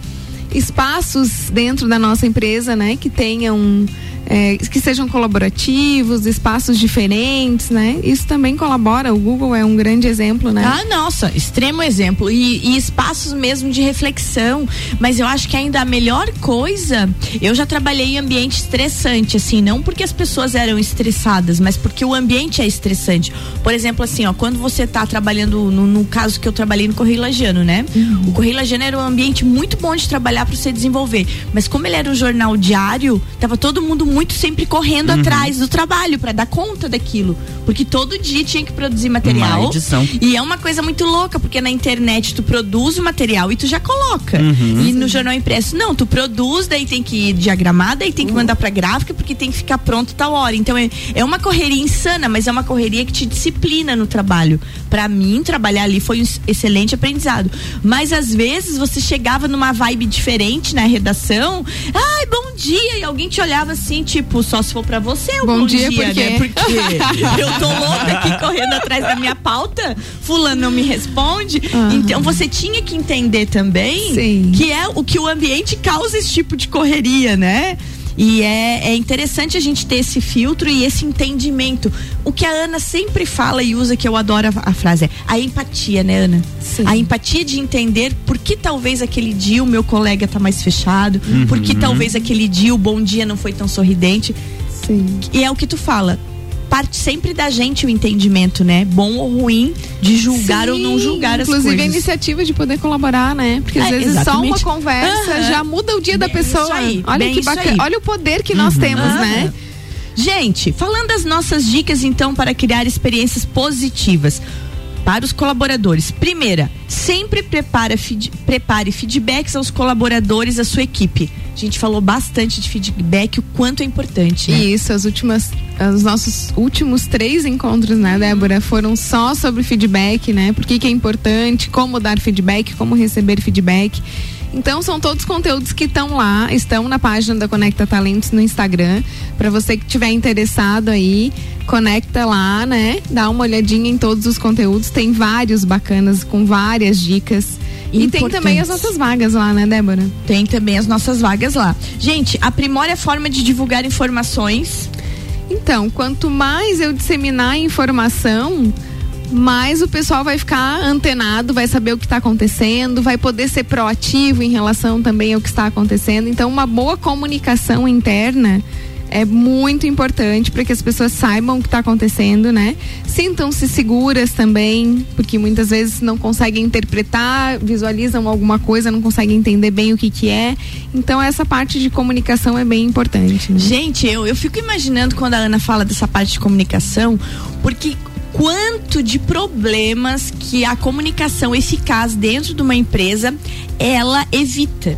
espaços dentro da nossa empresa, né? Que tenham É, que sejam colaborativos, espaços diferentes, né? Isso também colabora, o Google é um grande exemplo, né? Ah, nossa, extremo exemplo. E, e espaços mesmo de reflexão, mas eu acho que ainda a melhor coisa, eu já trabalhei em ambiente estressante, assim, não porque as pessoas eram estressadas, mas porque o ambiente é estressante. Por exemplo, assim, ó, quando você tá trabalhando, no, no caso que eu trabalhei no Correio Lagiano, né? Uhum. O Correio Lagiano era um ambiente muito bom de trabalhar para você desenvolver, mas como ele era um jornal diário, tava todo mundo muito sempre correndo uhum. atrás do trabalho para dar conta daquilo, porque todo dia tinha que produzir material. Uma edição. E é uma coisa muito louca, porque na internet tu produz o material e tu já coloca. Uhum. E no jornal impresso não, tu produz, daí tem que diagramar, daí tem que mandar pra gráfica, porque tem que ficar pronto tal hora. Então é, é uma correria insana, mas é uma correria que te disciplina no trabalho. Pra mim, trabalhar ali foi um excelente aprendizado. Mas às vezes você chegava numa vibe diferente na redação, ai, bom dia, e alguém te olhava assim, tipo, só se for pra você, o bom, bom dia, dia porque... né? Porque eu tô louca aqui correndo atrás da minha pauta, fulano não me responde. Uhum. Então você tinha que entender também Sim. que é o que o ambiente causa esse tipo de correria, né? E é, é interessante a gente ter esse filtro e esse entendimento. O que a Ana sempre fala e usa, que eu adoro a, a frase, é a empatia, né, Ana? Sim. A empatia de entender por que talvez aquele dia o meu colega tá mais fechado, uhum. por que talvez aquele dia o bom dia não foi tão sorridente. Sim. E é o que tu fala. Parte sempre da gente o entendimento, né? Bom ou ruim, de julgar Sim, ou não julgar as coisas. Inclusive a iniciativa de poder colaborar, né? Porque às é, vezes exatamente. só uma conversa uhum. já muda o dia bem da pessoa. Isso aí, olha que bacana, olha o poder que nós uhum. temos, uhum. né? Gente, falando das nossas dicas então para criar experiências positivas para os colaboradores. Primeira, sempre prepara, feed, prepare feedbacks aos colaboradores da sua equipe. A gente falou bastante de feedback, o quanto é importante. Né? Isso, as últimas, os nossos últimos três encontros, né, Débora, foram só sobre feedback, né? Por que que é importante, como dar feedback, como receber feedback. Então são todos conteúdos que estão lá, estão na página da Conecta Talentos no Instagram. Para você que tiver interessado aí, conecta lá, né? Dá uma olhadinha em todos os conteúdos, tem vários bacanas com várias dicas. E tem também as nossas vagas lá, né, Débora? Tem também as nossas vagas lá. Gente, aprimore a forma de divulgar informações. Então, quanto mais eu disseminar informação, mais o pessoal vai ficar antenado, vai saber o que está acontecendo, vai poder ser proativo em relação também ao que está acontecendo. Então, uma boa comunicação interna é muito importante para que as pessoas saibam o que está acontecendo, né? Sintam-se seguras também, porque muitas vezes não conseguem interpretar, visualizam alguma coisa, não conseguem entender bem o que que é. Então essa parte de comunicação é bem importante, né? Gente, eu, eu fico imaginando quando a Ana fala dessa parte de comunicação, porque quanto de problemas que a comunicação eficaz dentro de uma empresa ela evita.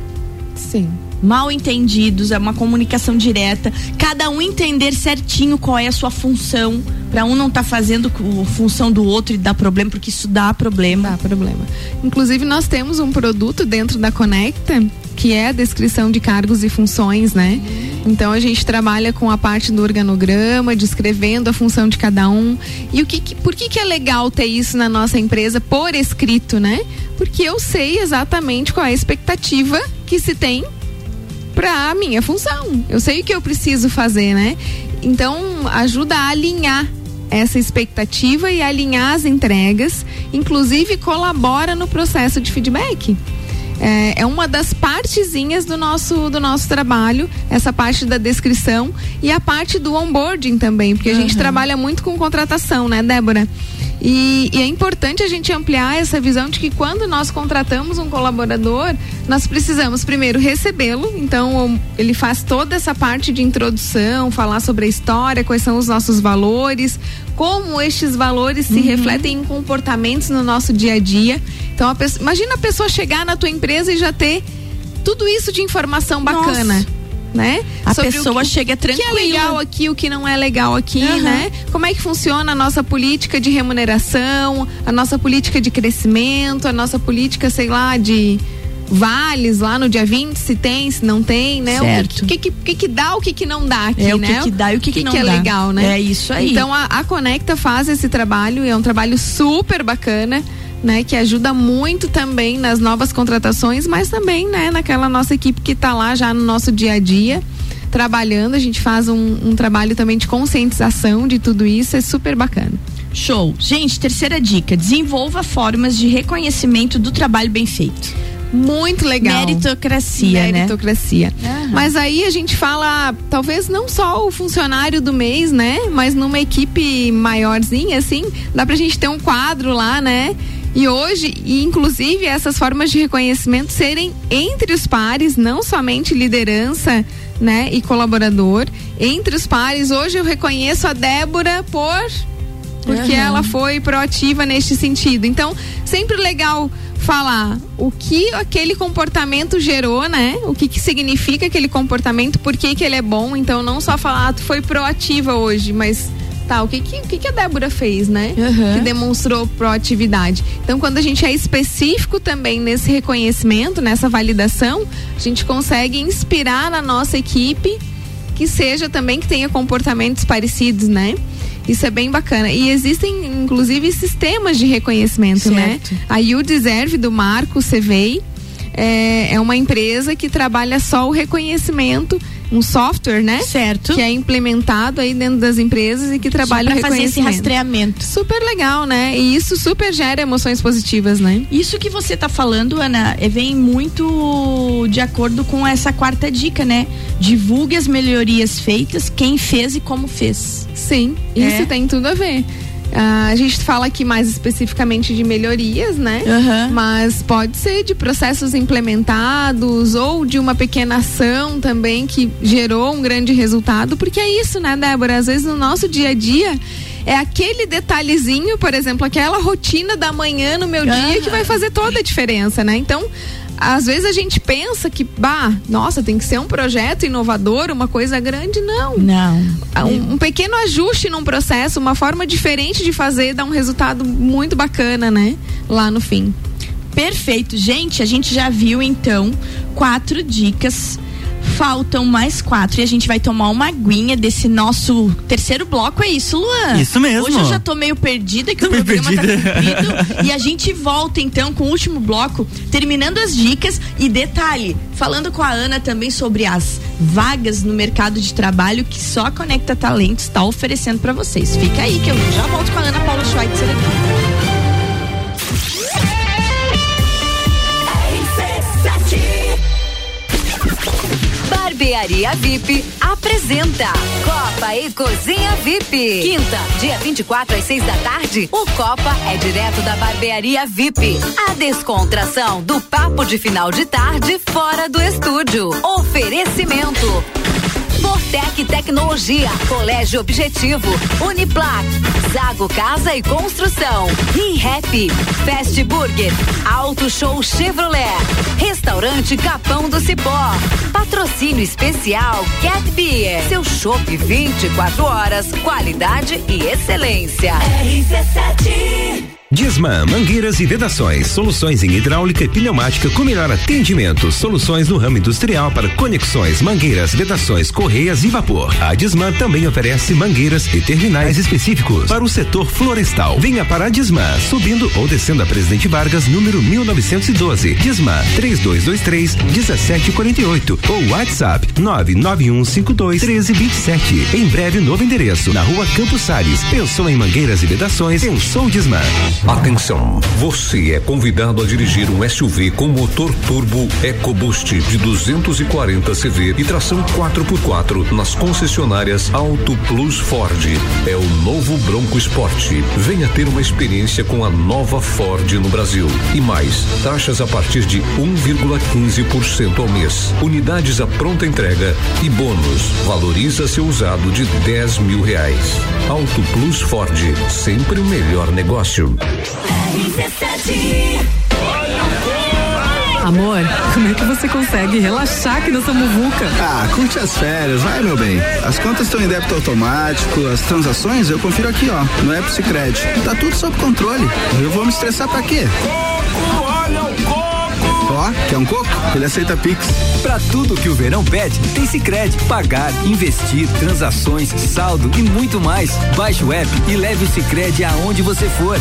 Sim. Mal entendidos, é uma comunicação direta, cada um entender certinho qual é a sua função, para um não tá fazendo a função do outro e dar problema, porque isso dá problema. Dá problema. Inclusive nós temos um produto dentro da Conecta, que é a descrição de cargos e funções, né? Então a gente trabalha com a parte do organograma, descrevendo a função de cada um. E o que, que por que que é legal ter isso na nossa empresa por escrito, né? Porque eu sei exatamente qual é a expectativa que se tem para a minha função. Eu sei o que eu preciso fazer, né? Então, ajuda a alinhar essa expectativa e alinhar as entregas, inclusive colabora no processo de feedback. É, é uma das partezinhas do nosso, do nosso trabalho, essa parte da descrição e a parte do onboarding também, porque a uhum. gente trabalha muito com contratação, né, Débora? E, e é importante a gente ampliar essa visão de que quando nós contratamos um colaborador, nós precisamos primeiro recebê-lo, então ele faz toda essa parte de introdução, falar sobre a história, quais são os nossos valores, como estes valores se uhum. refletem em comportamentos no nosso dia a dia. Então a pessoa, imagina a pessoa chegar na tua empresa e já ter tudo isso de informação bacana. Nossa. Né? A Sobre pessoa o que, chega tranquila. O que é legal aqui, o que não é legal aqui, uhum. né? Como é que funciona a nossa política de remuneração, a nossa política de crescimento, a nossa política, sei lá, de vales lá no dia vinte, se tem, se não tem, né? Certo. O que que, que, que dá, o que que não dá aqui, é, né? O que que dá e o que, que, que não que dá. é legal, né? É isso aí. Então a, a Conecta faz esse trabalho, é um trabalho super bacana, né? Que ajuda muito também nas novas contratações, mas também, né? Naquela nossa equipe que tá lá já no nosso dia a dia, trabalhando. A gente faz um, um trabalho também de conscientização de tudo isso, é super bacana. Show. Gente, terceira dica, desenvolva formas de reconhecimento do trabalho bem feito. Muito legal. Meritocracia, né? Meritocracia. Uhum. Mas aí a gente fala, talvez não só o funcionário do mês, né? Mas numa equipe maiorzinha, assim, dá pra gente ter um quadro lá, né? E hoje, e inclusive essas formas de reconhecimento serem entre os pares, não somente liderança, né? E colaborador. Entre os pares, hoje eu reconheço a Débora por... porque uhum. ela foi proativa neste sentido. Então, sempre legal falar o que aquele comportamento gerou, né? O que que significa aquele comportamento, por que que ele é bom. Então, não só falar, ah, tu foi proativa hoje, mas tá, o que que, o que, que a Débora fez, né? Uhum. Que demonstrou proatividade. Então, quando a gente é específico também nesse reconhecimento, nessa validação, a gente consegue inspirar na nossa equipe que seja também, que tenha comportamentos parecidos, né? Isso é bem bacana. E existem, inclusive, sistemas de reconhecimento, certo. Né? A You Deserve, do Marco Cevei, é, é uma empresa que trabalha só o reconhecimento, um software, né? Certo. Que é implementado aí dentro das empresas e que trabalha o reconhecimento. Fazer esse rastreamento. Super legal, né? E isso super gera emoções positivas, né? Isso que você tá falando, Ana, vem muito de acordo com essa quarta dica, né? Divulgue as melhorias feitas, quem fez e como fez. Sim, isso é. Tem tudo a ver. Uh, a gente fala aqui mais especificamente de melhorias, né? Uhum. Mas pode ser de processos implementados ou de uma pequena ação também que gerou um grande resultado, porque é isso, né, Débora? Às vezes no nosso dia a dia é aquele detalhezinho, por exemplo, aquela rotina da manhã no meu uhum. dia que vai fazer toda a diferença, né? Então, às vezes a gente pensa que, bah, nossa, tem que ser um projeto inovador, uma coisa grande. Não. Não. Um, um pequeno ajuste num processo, uma forma diferente de fazer, dá um resultado muito bacana, né? Lá no fim. Perfeito. Gente, a gente já viu, então, quatro dicas. Faltam mais quatro e a gente vai tomar uma aguinha desse nosso terceiro bloco, é isso, Luan? Isso mesmo. Hoje eu já tô meio perdida que tô o programa perdida. Tá cumprido e a gente volta então com o último bloco, terminando as dicas e detalhe, falando com a Ana também sobre as vagas no mercado de trabalho que só a Conecta Talentos está oferecendo para vocês. Fica aí que eu já volto com a Ana Paula Schweitzer aqui. Barbearia V I P apresenta Copa e Cozinha V I P. Quinta, dia vinte e quatro às seis da tarde, o Copa é direto da Barbearia V I P. A descontração do papo de final de tarde fora do estúdio. Oferecimento Fortec Tecnologia, Colégio Objetivo, Uniplac, Zago Casa e Construção, ReHap, Fast Burger, Auto Show Chevrolet, Restaurante Capão do Cipó, patrocínio especial Cat Beer, seu chopp vinte e quatro horas, qualidade e excelência. R C sete Disman, mangueiras e vedações, soluções em hidráulica e pneumática com melhor atendimento, soluções no ramo industrial para conexões, mangueiras, vedações, correias e vapor. A Disman também oferece mangueiras e terminais específicos para o setor florestal. Venha para a Disman, subindo ou descendo a Presidente Vargas, número mil novecentos e doze. Disman, três dois dois três, um sete quatro oito ou WhatsApp nove nove um cinco dois, um três dois sete. Em breve, novo endereço, na rua Campos Sales. Pensou em mangueiras e vedações? Pensou Disman. Atenção, você é convidado a dirigir um S U V com motor turbo EcoBoost de duzentos e quarenta cilindradas e tração quatro por quatro nas concessionárias Auto Plus Ford. É o novo Bronco Sport. Venha ter uma experiência com a nova Ford no Brasil. E mais, taxas a partir de um vírgula quinze por cento ao mês. Unidades à pronta entrega e bônus. Valoriza seu usado de dez mil reais. Auto Plus Ford, sempre o melhor negócio. Amor, como é que você consegue relaxar aqui nessa muvuca? Ah, curte as férias, vai, meu bem. As contas estão em débito automático, as transações eu confiro aqui, ó, no App Sicredi. Tá tudo sob controle. Eu vou me estressar pra quê? Coco, olha o coco! Ó, quer um coco? Ele aceita Pix. Pra tudo que o verão pede, tem Sicredi. Pagar, investir, transações, saldo e muito mais. Baixe o app e leve o Sicredi aonde você for.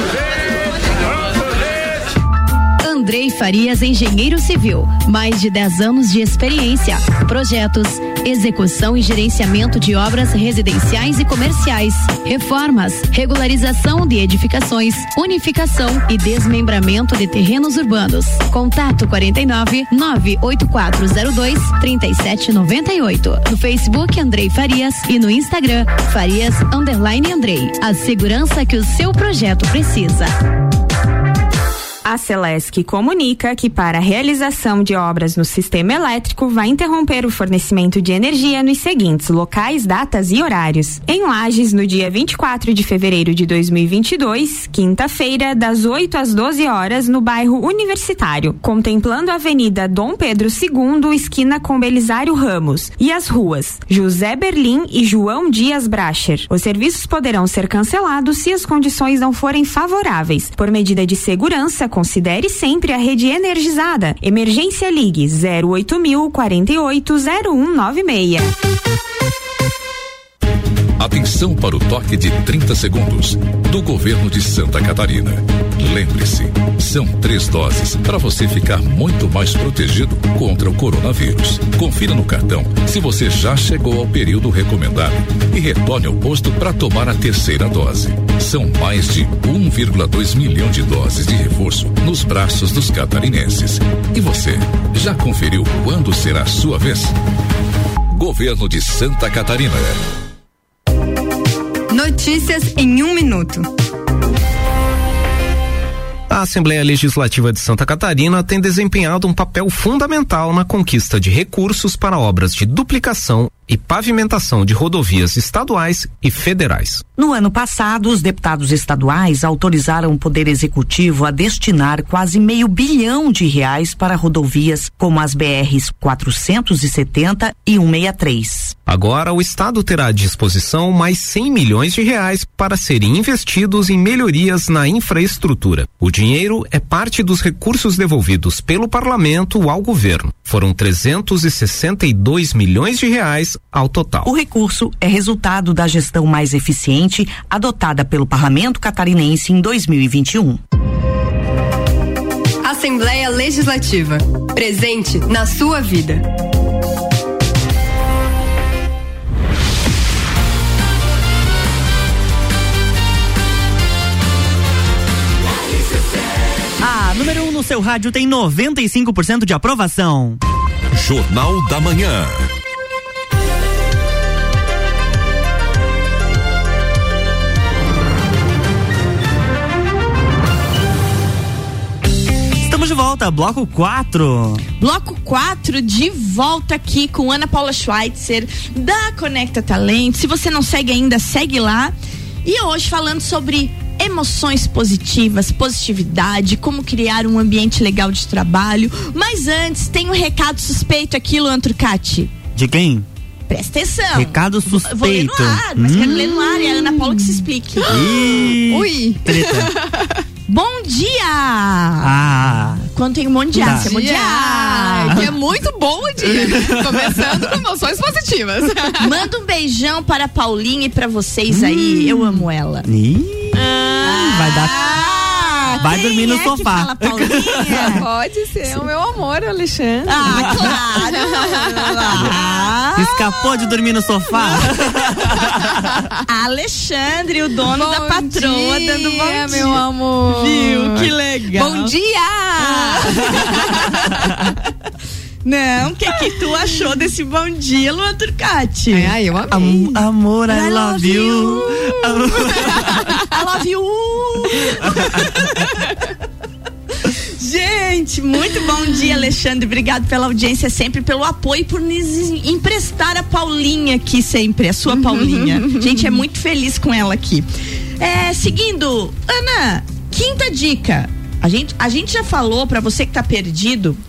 Andrei Farias, engenheiro civil, mais de dez anos de experiência, projetos, execução e gerenciamento de obras residenciais e comerciais, reformas, regularização de edificações, unificação e desmembramento de terrenos urbanos. Contato quarenta e nove, nove oito quatro zero dois, trinta e sete noventa e oito. No Facebook Andrei Farias e no Instagram Farias underline Andrei. A segurança que o seu projeto precisa. A Celesc comunica que para a realização de obras no sistema elétrico vai interromper o fornecimento de energia nos seguintes locais, datas e horários. Em Lages, no dia vinte e quatro de fevereiro de dois mil e vinte e dois, quinta-feira, das oito às doze horas, no bairro Universitário, contemplando a Avenida Dom Pedro segundo, esquina com Belisário Ramos, e as ruas José Berlim e João Dias Bracher. Os serviços poderão ser cancelados se as condições não forem favoráveis. Por medida de segurança, considere sempre a rede energizada. Emergência Ligue zero oito mil, quarenta e oito, zero um nove seis. Atenção para o toque de trinta segundos do governo de Santa Catarina. Lembre-se, são três doses para você ficar muito mais protegido contra o coronavírus. Confira no cartão se você já chegou ao período recomendado e retorne ao posto para tomar a terceira dose. São mais de um vírgula dois milhão de doses de reforço nos braços dos catarinenses. E você, já conferiu quando será a sua vez? Governo de Santa Catarina. Notícias em um minuto. A Assembleia Legislativa de Santa Catarina tem desempenhado um papel fundamental na conquista de recursos para obras de duplicação e pavimentação de rodovias estaduais e federais. No ano passado, os deputados estaduais autorizaram o Poder Executivo a destinar quase meio bilhão de reais para rodovias como as B Rs quatrocentos e setenta e cento e sessenta e três. Agora, o Estado terá à disposição mais cem milhões de reais para serem investidos em melhorias na infraestrutura. O dinheiro é parte dos recursos devolvidos pelo Parlamento ao governo. Foram trezentos e sessenta e dois milhões de reais ao total. O recurso é resultado da gestão mais eficiente adotada pelo Parlamento catarinense em dois mil e vinte e um. Assembleia Legislativa. Presente na sua vida. A número um no seu rádio tem noventa e cinco por cento de aprovação. Jornal da Manhã. Estamos de volta, bloco quatro. Bloco quatro de volta aqui com Ana Paula Schweitzer da Conecta Talento. Se você não segue ainda, segue lá. E hoje falando sobre emoções positivas, positividade, como criar um ambiente legal de trabalho. Mas antes, tem um recado suspeito aqui, Luan Turcati. De quem? Presta atenção. Recado suspeito. Vou ler no ar, mas hum. quero ler no ar e a Ana Paula que se explique. Ih, Ui. Treta. Bom dia! Ah. Quando tem um monte de Tá. ar, é bom dia! Ah, que é muito bom o dia. Começando com emoções positivas. Manda um beijão para a Paulinha e para vocês aí. Eu amo ela. Ih, Ah, vai dar. Vai quem dormir no é que sofá. fala Paulinha? Pode ser o meu amor, Alexandre. Ah, claro! Ah. Escapou de dormir no sofá? Alexandre, o dono Bom da patroa, dia, dando bom dia. meu amor. Viu? Que legal. Bom dia! Não, o que que tu achou desse bom dia, Luan Turcati? Ai, ai, eu amei. Am- amor, I, I love, love you. you. I love you. Gente, muito bom dia, Alexandre. Obrigado pela audiência sempre, pelo apoio e por nos emprestar a Paulinha aqui sempre, a sua Paulinha. Gente, é muito feliz com ela aqui. É, seguindo, Ana, quinta dica. A gente, a gente já falou pra você que tá perdido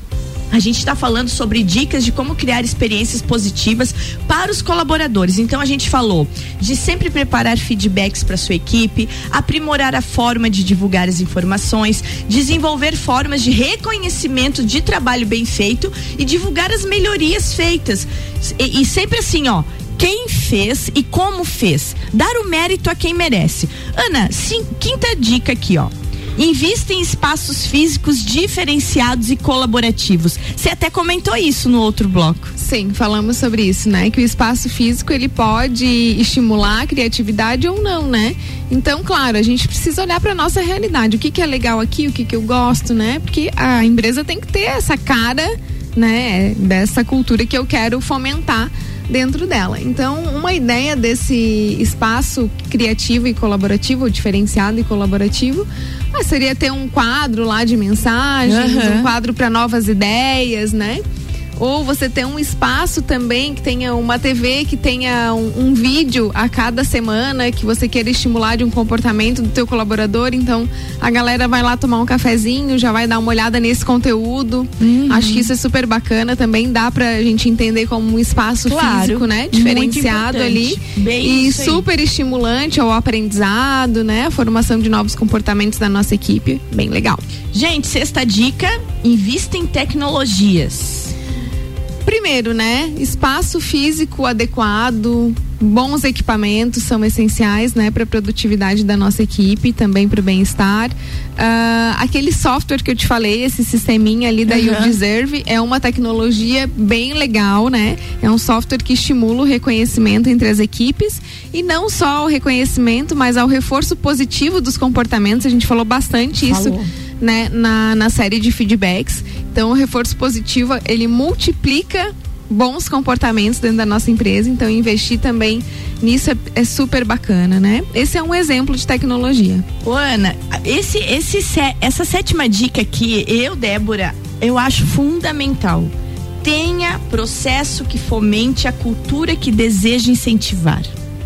A gente está falando sobre dicas de como criar experiências positivas para os colaboradores. Então a gente falou de sempre preparar feedbacks para sua equipe, aprimorar a forma de divulgar as informações, desenvolver formas de reconhecimento de trabalho bem feito e divulgar as melhorias feitas. E, e sempre assim, ó, quem fez e como fez. Dar o mérito a quem merece. Ana, sim, quinta dica aqui, ó. Invista em espaços físicos diferenciados e colaborativos. Você até comentou isso no outro bloco. Sim, falamos sobre isso, né? Que o espaço físico, ele pode estimular a criatividade ou não, né? Então, claro, a gente precisa olhar para nossa realidade. O que que é legal aqui, o que que eu gosto, né? Porque a empresa tem que ter essa cara, né? Dessa cultura que eu quero fomentar dentro dela. Então, uma ideia desse espaço criativo e colaborativo, diferenciado e colaborativo, ah, seria ter um quadro lá de mensagens, uhum. um quadro para novas ideias, né? Ou você ter um espaço também que tenha uma T V, que tenha um, um vídeo a cada semana que você queira estimular de um comportamento do teu colaborador. Então a galera vai lá tomar um cafezinho, já vai dar uma olhada nesse conteúdo. Uhum. Acho que isso é super bacana também, dá pra gente entender como um espaço claro, físico, né? Diferenciado ali. Bem e super estimulante ao aprendizado, né? A formação de novos comportamentos da nossa equipe. Bem legal. Gente, sexta dica, invista em tecnologias. Primeiro, né? Espaço físico adequado, bons equipamentos são essenciais, né? Para a produtividade da nossa equipe, também para o bem-estar. Uh, aquele software que eu te falei, esse sisteminha ali da uhum. You Deserve, é uma tecnologia bem legal, né? É um software que estimula o reconhecimento entre as equipes e não só o reconhecimento, mas ao reforço positivo dos comportamentos. A gente falou bastante falou. isso. Né, na, na série de feedbacks. Então o reforço positivo, ele multiplica bons comportamentos dentro da nossa empresa, então investir também nisso é, é super bacana, né? Esse é um exemplo de tecnologia. Ô Ana, esse, esse, essa sétima dica aqui, eu, Débora, eu acho fundamental. Tenha processo que fomente a cultura que deseja incentivar.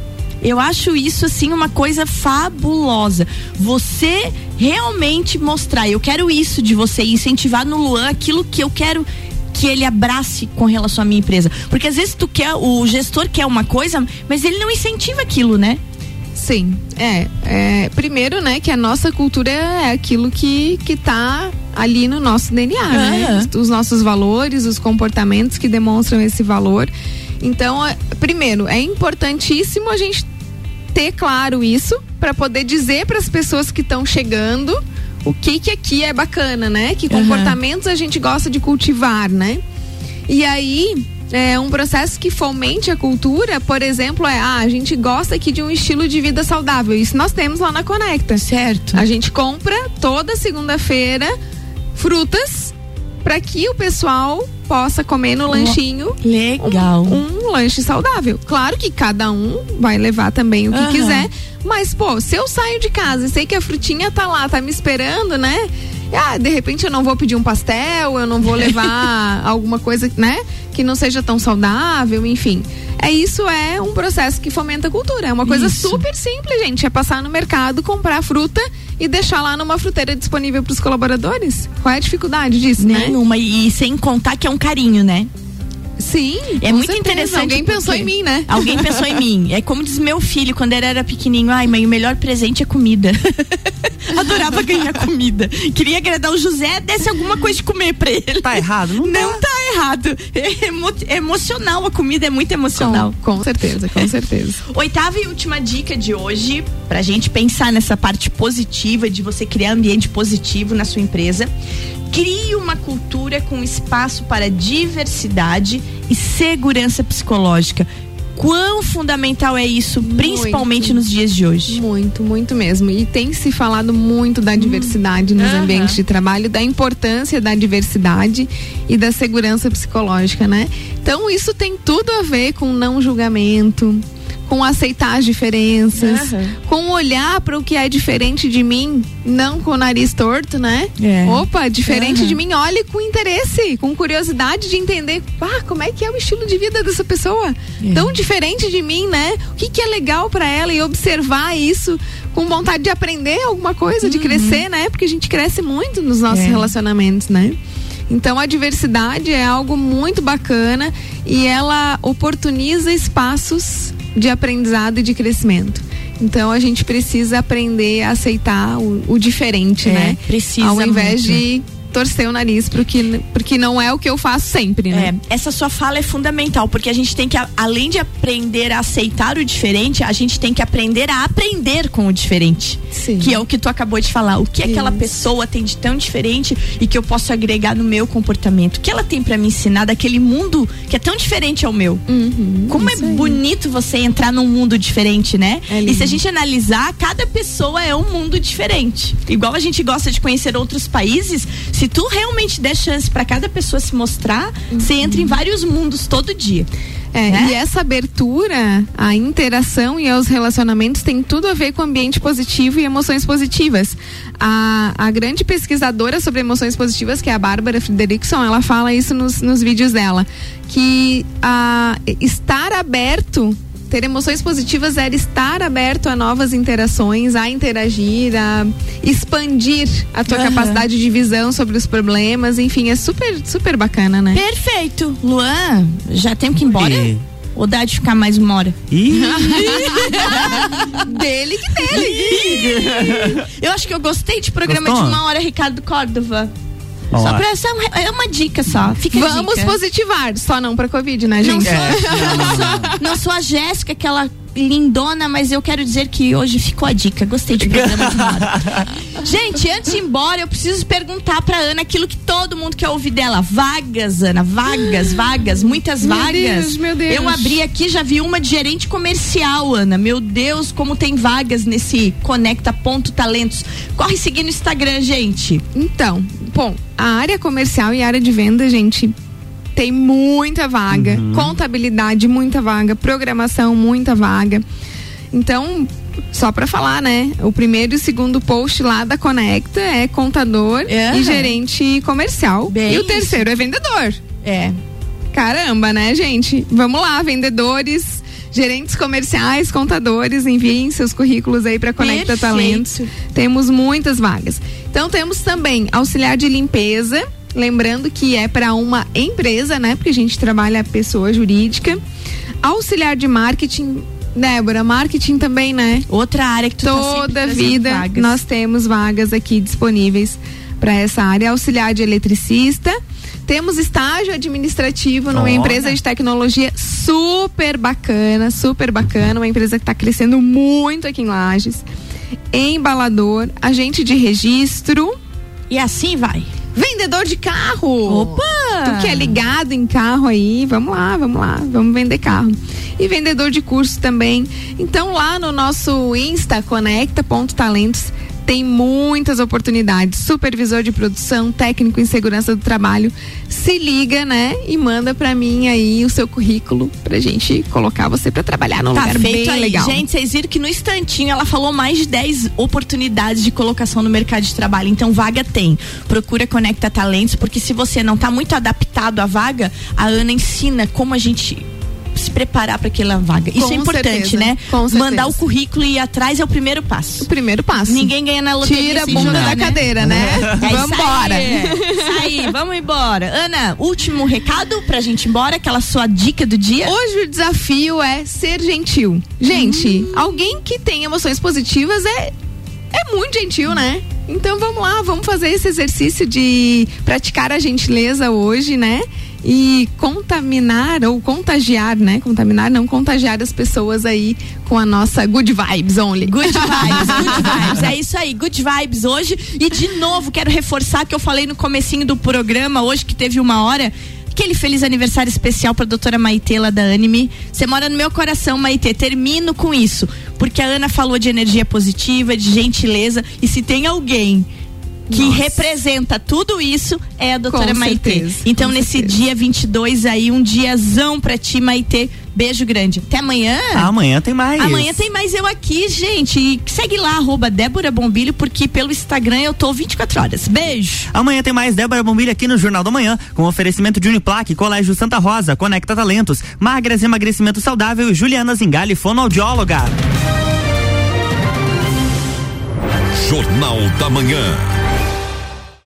Eu acho isso assim uma coisa fabulosa. Você realmente mostrar, eu quero isso de você, incentivar no Luan aquilo que eu quero que ele abrace com relação à minha empresa. Porque às vezes tu quer, o gestor quer uma coisa, mas ele não incentiva aquilo, né? Sim, é, é primeiro, né, que a nossa cultura é aquilo que, que tá ali no nosso D N A, uhum. né? Os, os nossos valores, os comportamentos que demonstram esse valor. Então, primeiro, é importantíssimo a gente ter claro isso para poder dizer para as pessoas que estão chegando o que que aqui é bacana, né? Que comportamentos uhum. a gente gosta de cultivar, né? E aí, é um processo que fomente a cultura, por exemplo, é, ah, a gente gosta aqui de um estilo de vida saudável. Isso nós temos lá na Conecta. Certo. A gente compra toda segunda-feira frutas para que o pessoal possa comer no lanchinho. Legal. Um, um lanche saudável. Claro que cada um vai levar também o que uhum. quiser, mas pô, se eu saio de casa e sei que a frutinha tá lá, tá me esperando, né? Ah, de repente eu não vou pedir um pastel, eu não vou levar alguma coisa, né? Que não seja tão saudável, enfim. É isso, é um processo que fomenta a cultura. É uma coisa isso. super simples, gente. É passar no mercado, comprar fruta e deixar lá numa fruteira disponível para os colaboradores. Qual é a dificuldade disso, Nenhuma. né? E sem contar que é um carinho, né? Sim, é muito certeza. interessante. Alguém pensou em mim, né? Alguém pensou em mim. É como diz meu filho quando ele era pequenininho: ai, mãe, o melhor presente é comida. Adorava ganhar comida. Queria agradar o José, desse alguma coisa de comer pra ele. Tá errado? Não, não tá. tá errado. É, emo é emocional, a comida é muito emocional. Com, com certeza, com certeza. Oitava e última dica de hoje, pra gente pensar nessa parte positiva de você criar ambiente positivo na sua empresa. Crie uma cultura com espaço para diversidade e segurança psicológica. Quão fundamental é isso, principalmente muito, nos dias de hoje? Muito, muito mesmo. E tem se falado muito da diversidade hum. nos uhum. ambientes de trabalho, da importância da diversidade e da segurança psicológica, né? Então isso tem tudo a ver com não julgamento, com aceitar as diferenças, uhum. com olhar para o que é diferente de mim, não com o nariz torto, né? É. Opa, diferente uhum. de mim, olhe com interesse, com curiosidade de entender, ah, como é que é o estilo de vida dessa pessoa, é. tão diferente de mim, né? O que que é legal para ela, e observar isso com vontade de aprender alguma coisa, uhum. de crescer, né? Porque a gente cresce muito nos nossos é. relacionamentos, né? Então a diversidade é algo muito bacana e ela oportuniza espaços de aprendizado e de crescimento. Então a gente precisa aprender a aceitar o, o diferente, é, né? Precisa Ao invés muito. de torcer o nariz porque, porque não é o que eu faço sempre, né? É, essa sua fala é fundamental, porque a gente tem que, além de aprender a aceitar o diferente, a gente tem que aprender a aprender com o diferente. Sim. Que é o que tu acabou de falar. O que Isso. aquela pessoa tem de tão diferente e que eu posso agregar no meu comportamento? O que ela tem pra me ensinar daquele mundo que é tão diferente ao meu? Uhum, Como é aí. bonito você entrar num mundo diferente, né? É E se a gente analisar, cada pessoa é um mundo diferente. Igual a gente gosta de conhecer outros países, se tu realmente der chance pra cada pessoa se mostrar, uhum. você entra em vários mundos todo dia. É, né? E essa abertura, a interação e aos relacionamentos tem tudo a ver com ambiente positivo e emoções positivas. A, a grande pesquisadora sobre emoções positivas, que é a Bárbara Frederickson, ela fala isso nos, nos vídeos dela, que a, estar aberto, ter emoções positivas era estar aberto a novas interações, a interagir, a expandir a tua uhum. capacidade de visão sobre os problemas, enfim, é super, super bacana, né? Perfeito. Luan, já temos que ir embora? E... Ou dá de ficar mais uma hora? Dele que dele. Eu acho que eu gostei de programa Gostou? de uma hora, Ricardo Córdova. Olá. Só pra essa, é uma dica só. Fica Vamos dica. positivar, só não pra Covid, né, gente? Não sou, É. não sou, não sou a Jéssica, aquela lindona, mas eu quero dizer que hoje ficou a dica. Gostei de programa de uma hora. Gente, antes de ir embora, eu preciso perguntar pra Ana aquilo que todo mundo quer ouvir dela. Vagas, Ana, vagas, vagas, muitas Meu vagas. Deus, meu Deus. Eu abri aqui, já vi uma de gerente comercial, Ana. Meu Deus, como tem vagas nesse Conecta Ponto Talentos. Corre seguir no Instagram, gente. Então, bom, a área comercial e a área de venda, gente, tem muita vaga. Uhum. Contabilidade, muita vaga. Programação, muita vaga. Então, só pra falar, né? O primeiro e o segundo post lá da Conecta é contador uhum. e gerente comercial. Bem e o terceiro isso. é vendedor. É. Caramba, né, gente? Vamos lá, vendedores, gerentes comerciais, contadores, enviem seus currículos aí pra Conecta Perfeito. Talentos. Temos muitas vagas. Então, temos também auxiliar de limpeza. Lembrando que é para uma empresa, né? Porque a gente trabalha pessoa jurídica. Auxiliar de marketing. Débora, marketing também, né? Outra área que tu Toda tá vida vagas. Nós temos vagas aqui disponíveis para essa área. Auxiliar de eletricista. Temos estágio administrativo numa Olha. empresa de tecnologia super bacana, super bacana. Uma empresa que está crescendo muito aqui em Lages. Embalador, agente de registro. E assim vai. Vendedor de carro. Opa! Tu que é ligado em carro aí, vamos lá, vamos lá, vamos vender carro. E vendedor de curso também. Então lá no nosso Insta, conecta ponto talentos, tem muitas oportunidades. Supervisor de produção, técnico em segurança do trabalho. Se liga, né? E manda pra mim aí o seu currículo pra gente colocar você pra trabalhar num tá lugar feito bem aí. legal. Gente, vocês viram que no instantinho ela falou mais de dez oportunidades de colocação no mercado de trabalho. Então, vaga tem. Procura Conecta Talentos, porque se você não tá muito adaptado à vaga, a Ana ensina como a gente se preparar para aquela vaga. Isso Com é importante, certeza, né? com certeza. Mandar o currículo e ir atrás é o primeiro passo. O primeiro passo. Ninguém ganha na loteria. Tira a sem bunda jogar, da né? cadeira, né? É Vambora. Isso aí, isso aí, vamos embora. Ana, último recado pra gente ir embora, aquela sua dica do dia. Hoje o desafio é ser gentil. Gente, hum. alguém que tem emoções positivas é, é muito gentil, né? Então vamos lá, vamos fazer esse exercício de praticar a gentileza hoje, né? E contaminar ou contagiar, né? Contaminar, não contagiar as pessoas aí com a nossa good vibes only. Good vibes, good vibes. É isso aí, good vibes hoje. E de novo, quero reforçar que eu falei no comecinho do programa hoje, que teve uma hora, aquele feliz aniversário especial pra doutora Maitê lá da Anime. Você mora no meu coração, Maitê. Termino com isso. Porque a Ana falou de energia positiva, de gentileza. E se tem alguém que Nossa. representa tudo isso, é a doutora Com Maitê. certeza, então, com nesse certeza. dia vinte e dois aí, um diazão pra ti, Maitê. Beijo grande. Até amanhã. Amanhã tem mais. Amanhã tem mais eu aqui, gente. E segue lá, arroba Débora Bombilho, porque pelo Instagram eu tô vinte e quatro horas. Beijo. Amanhã tem mais Débora Bombilho aqui no Jornal da Manhã, com oferecimento de Uniplaque, Colégio Santa Rosa, Conecta Talentos, Magras Emagrecimento Saudável e Juliana Zingali, fonoaudióloga. Jornal da Manhã.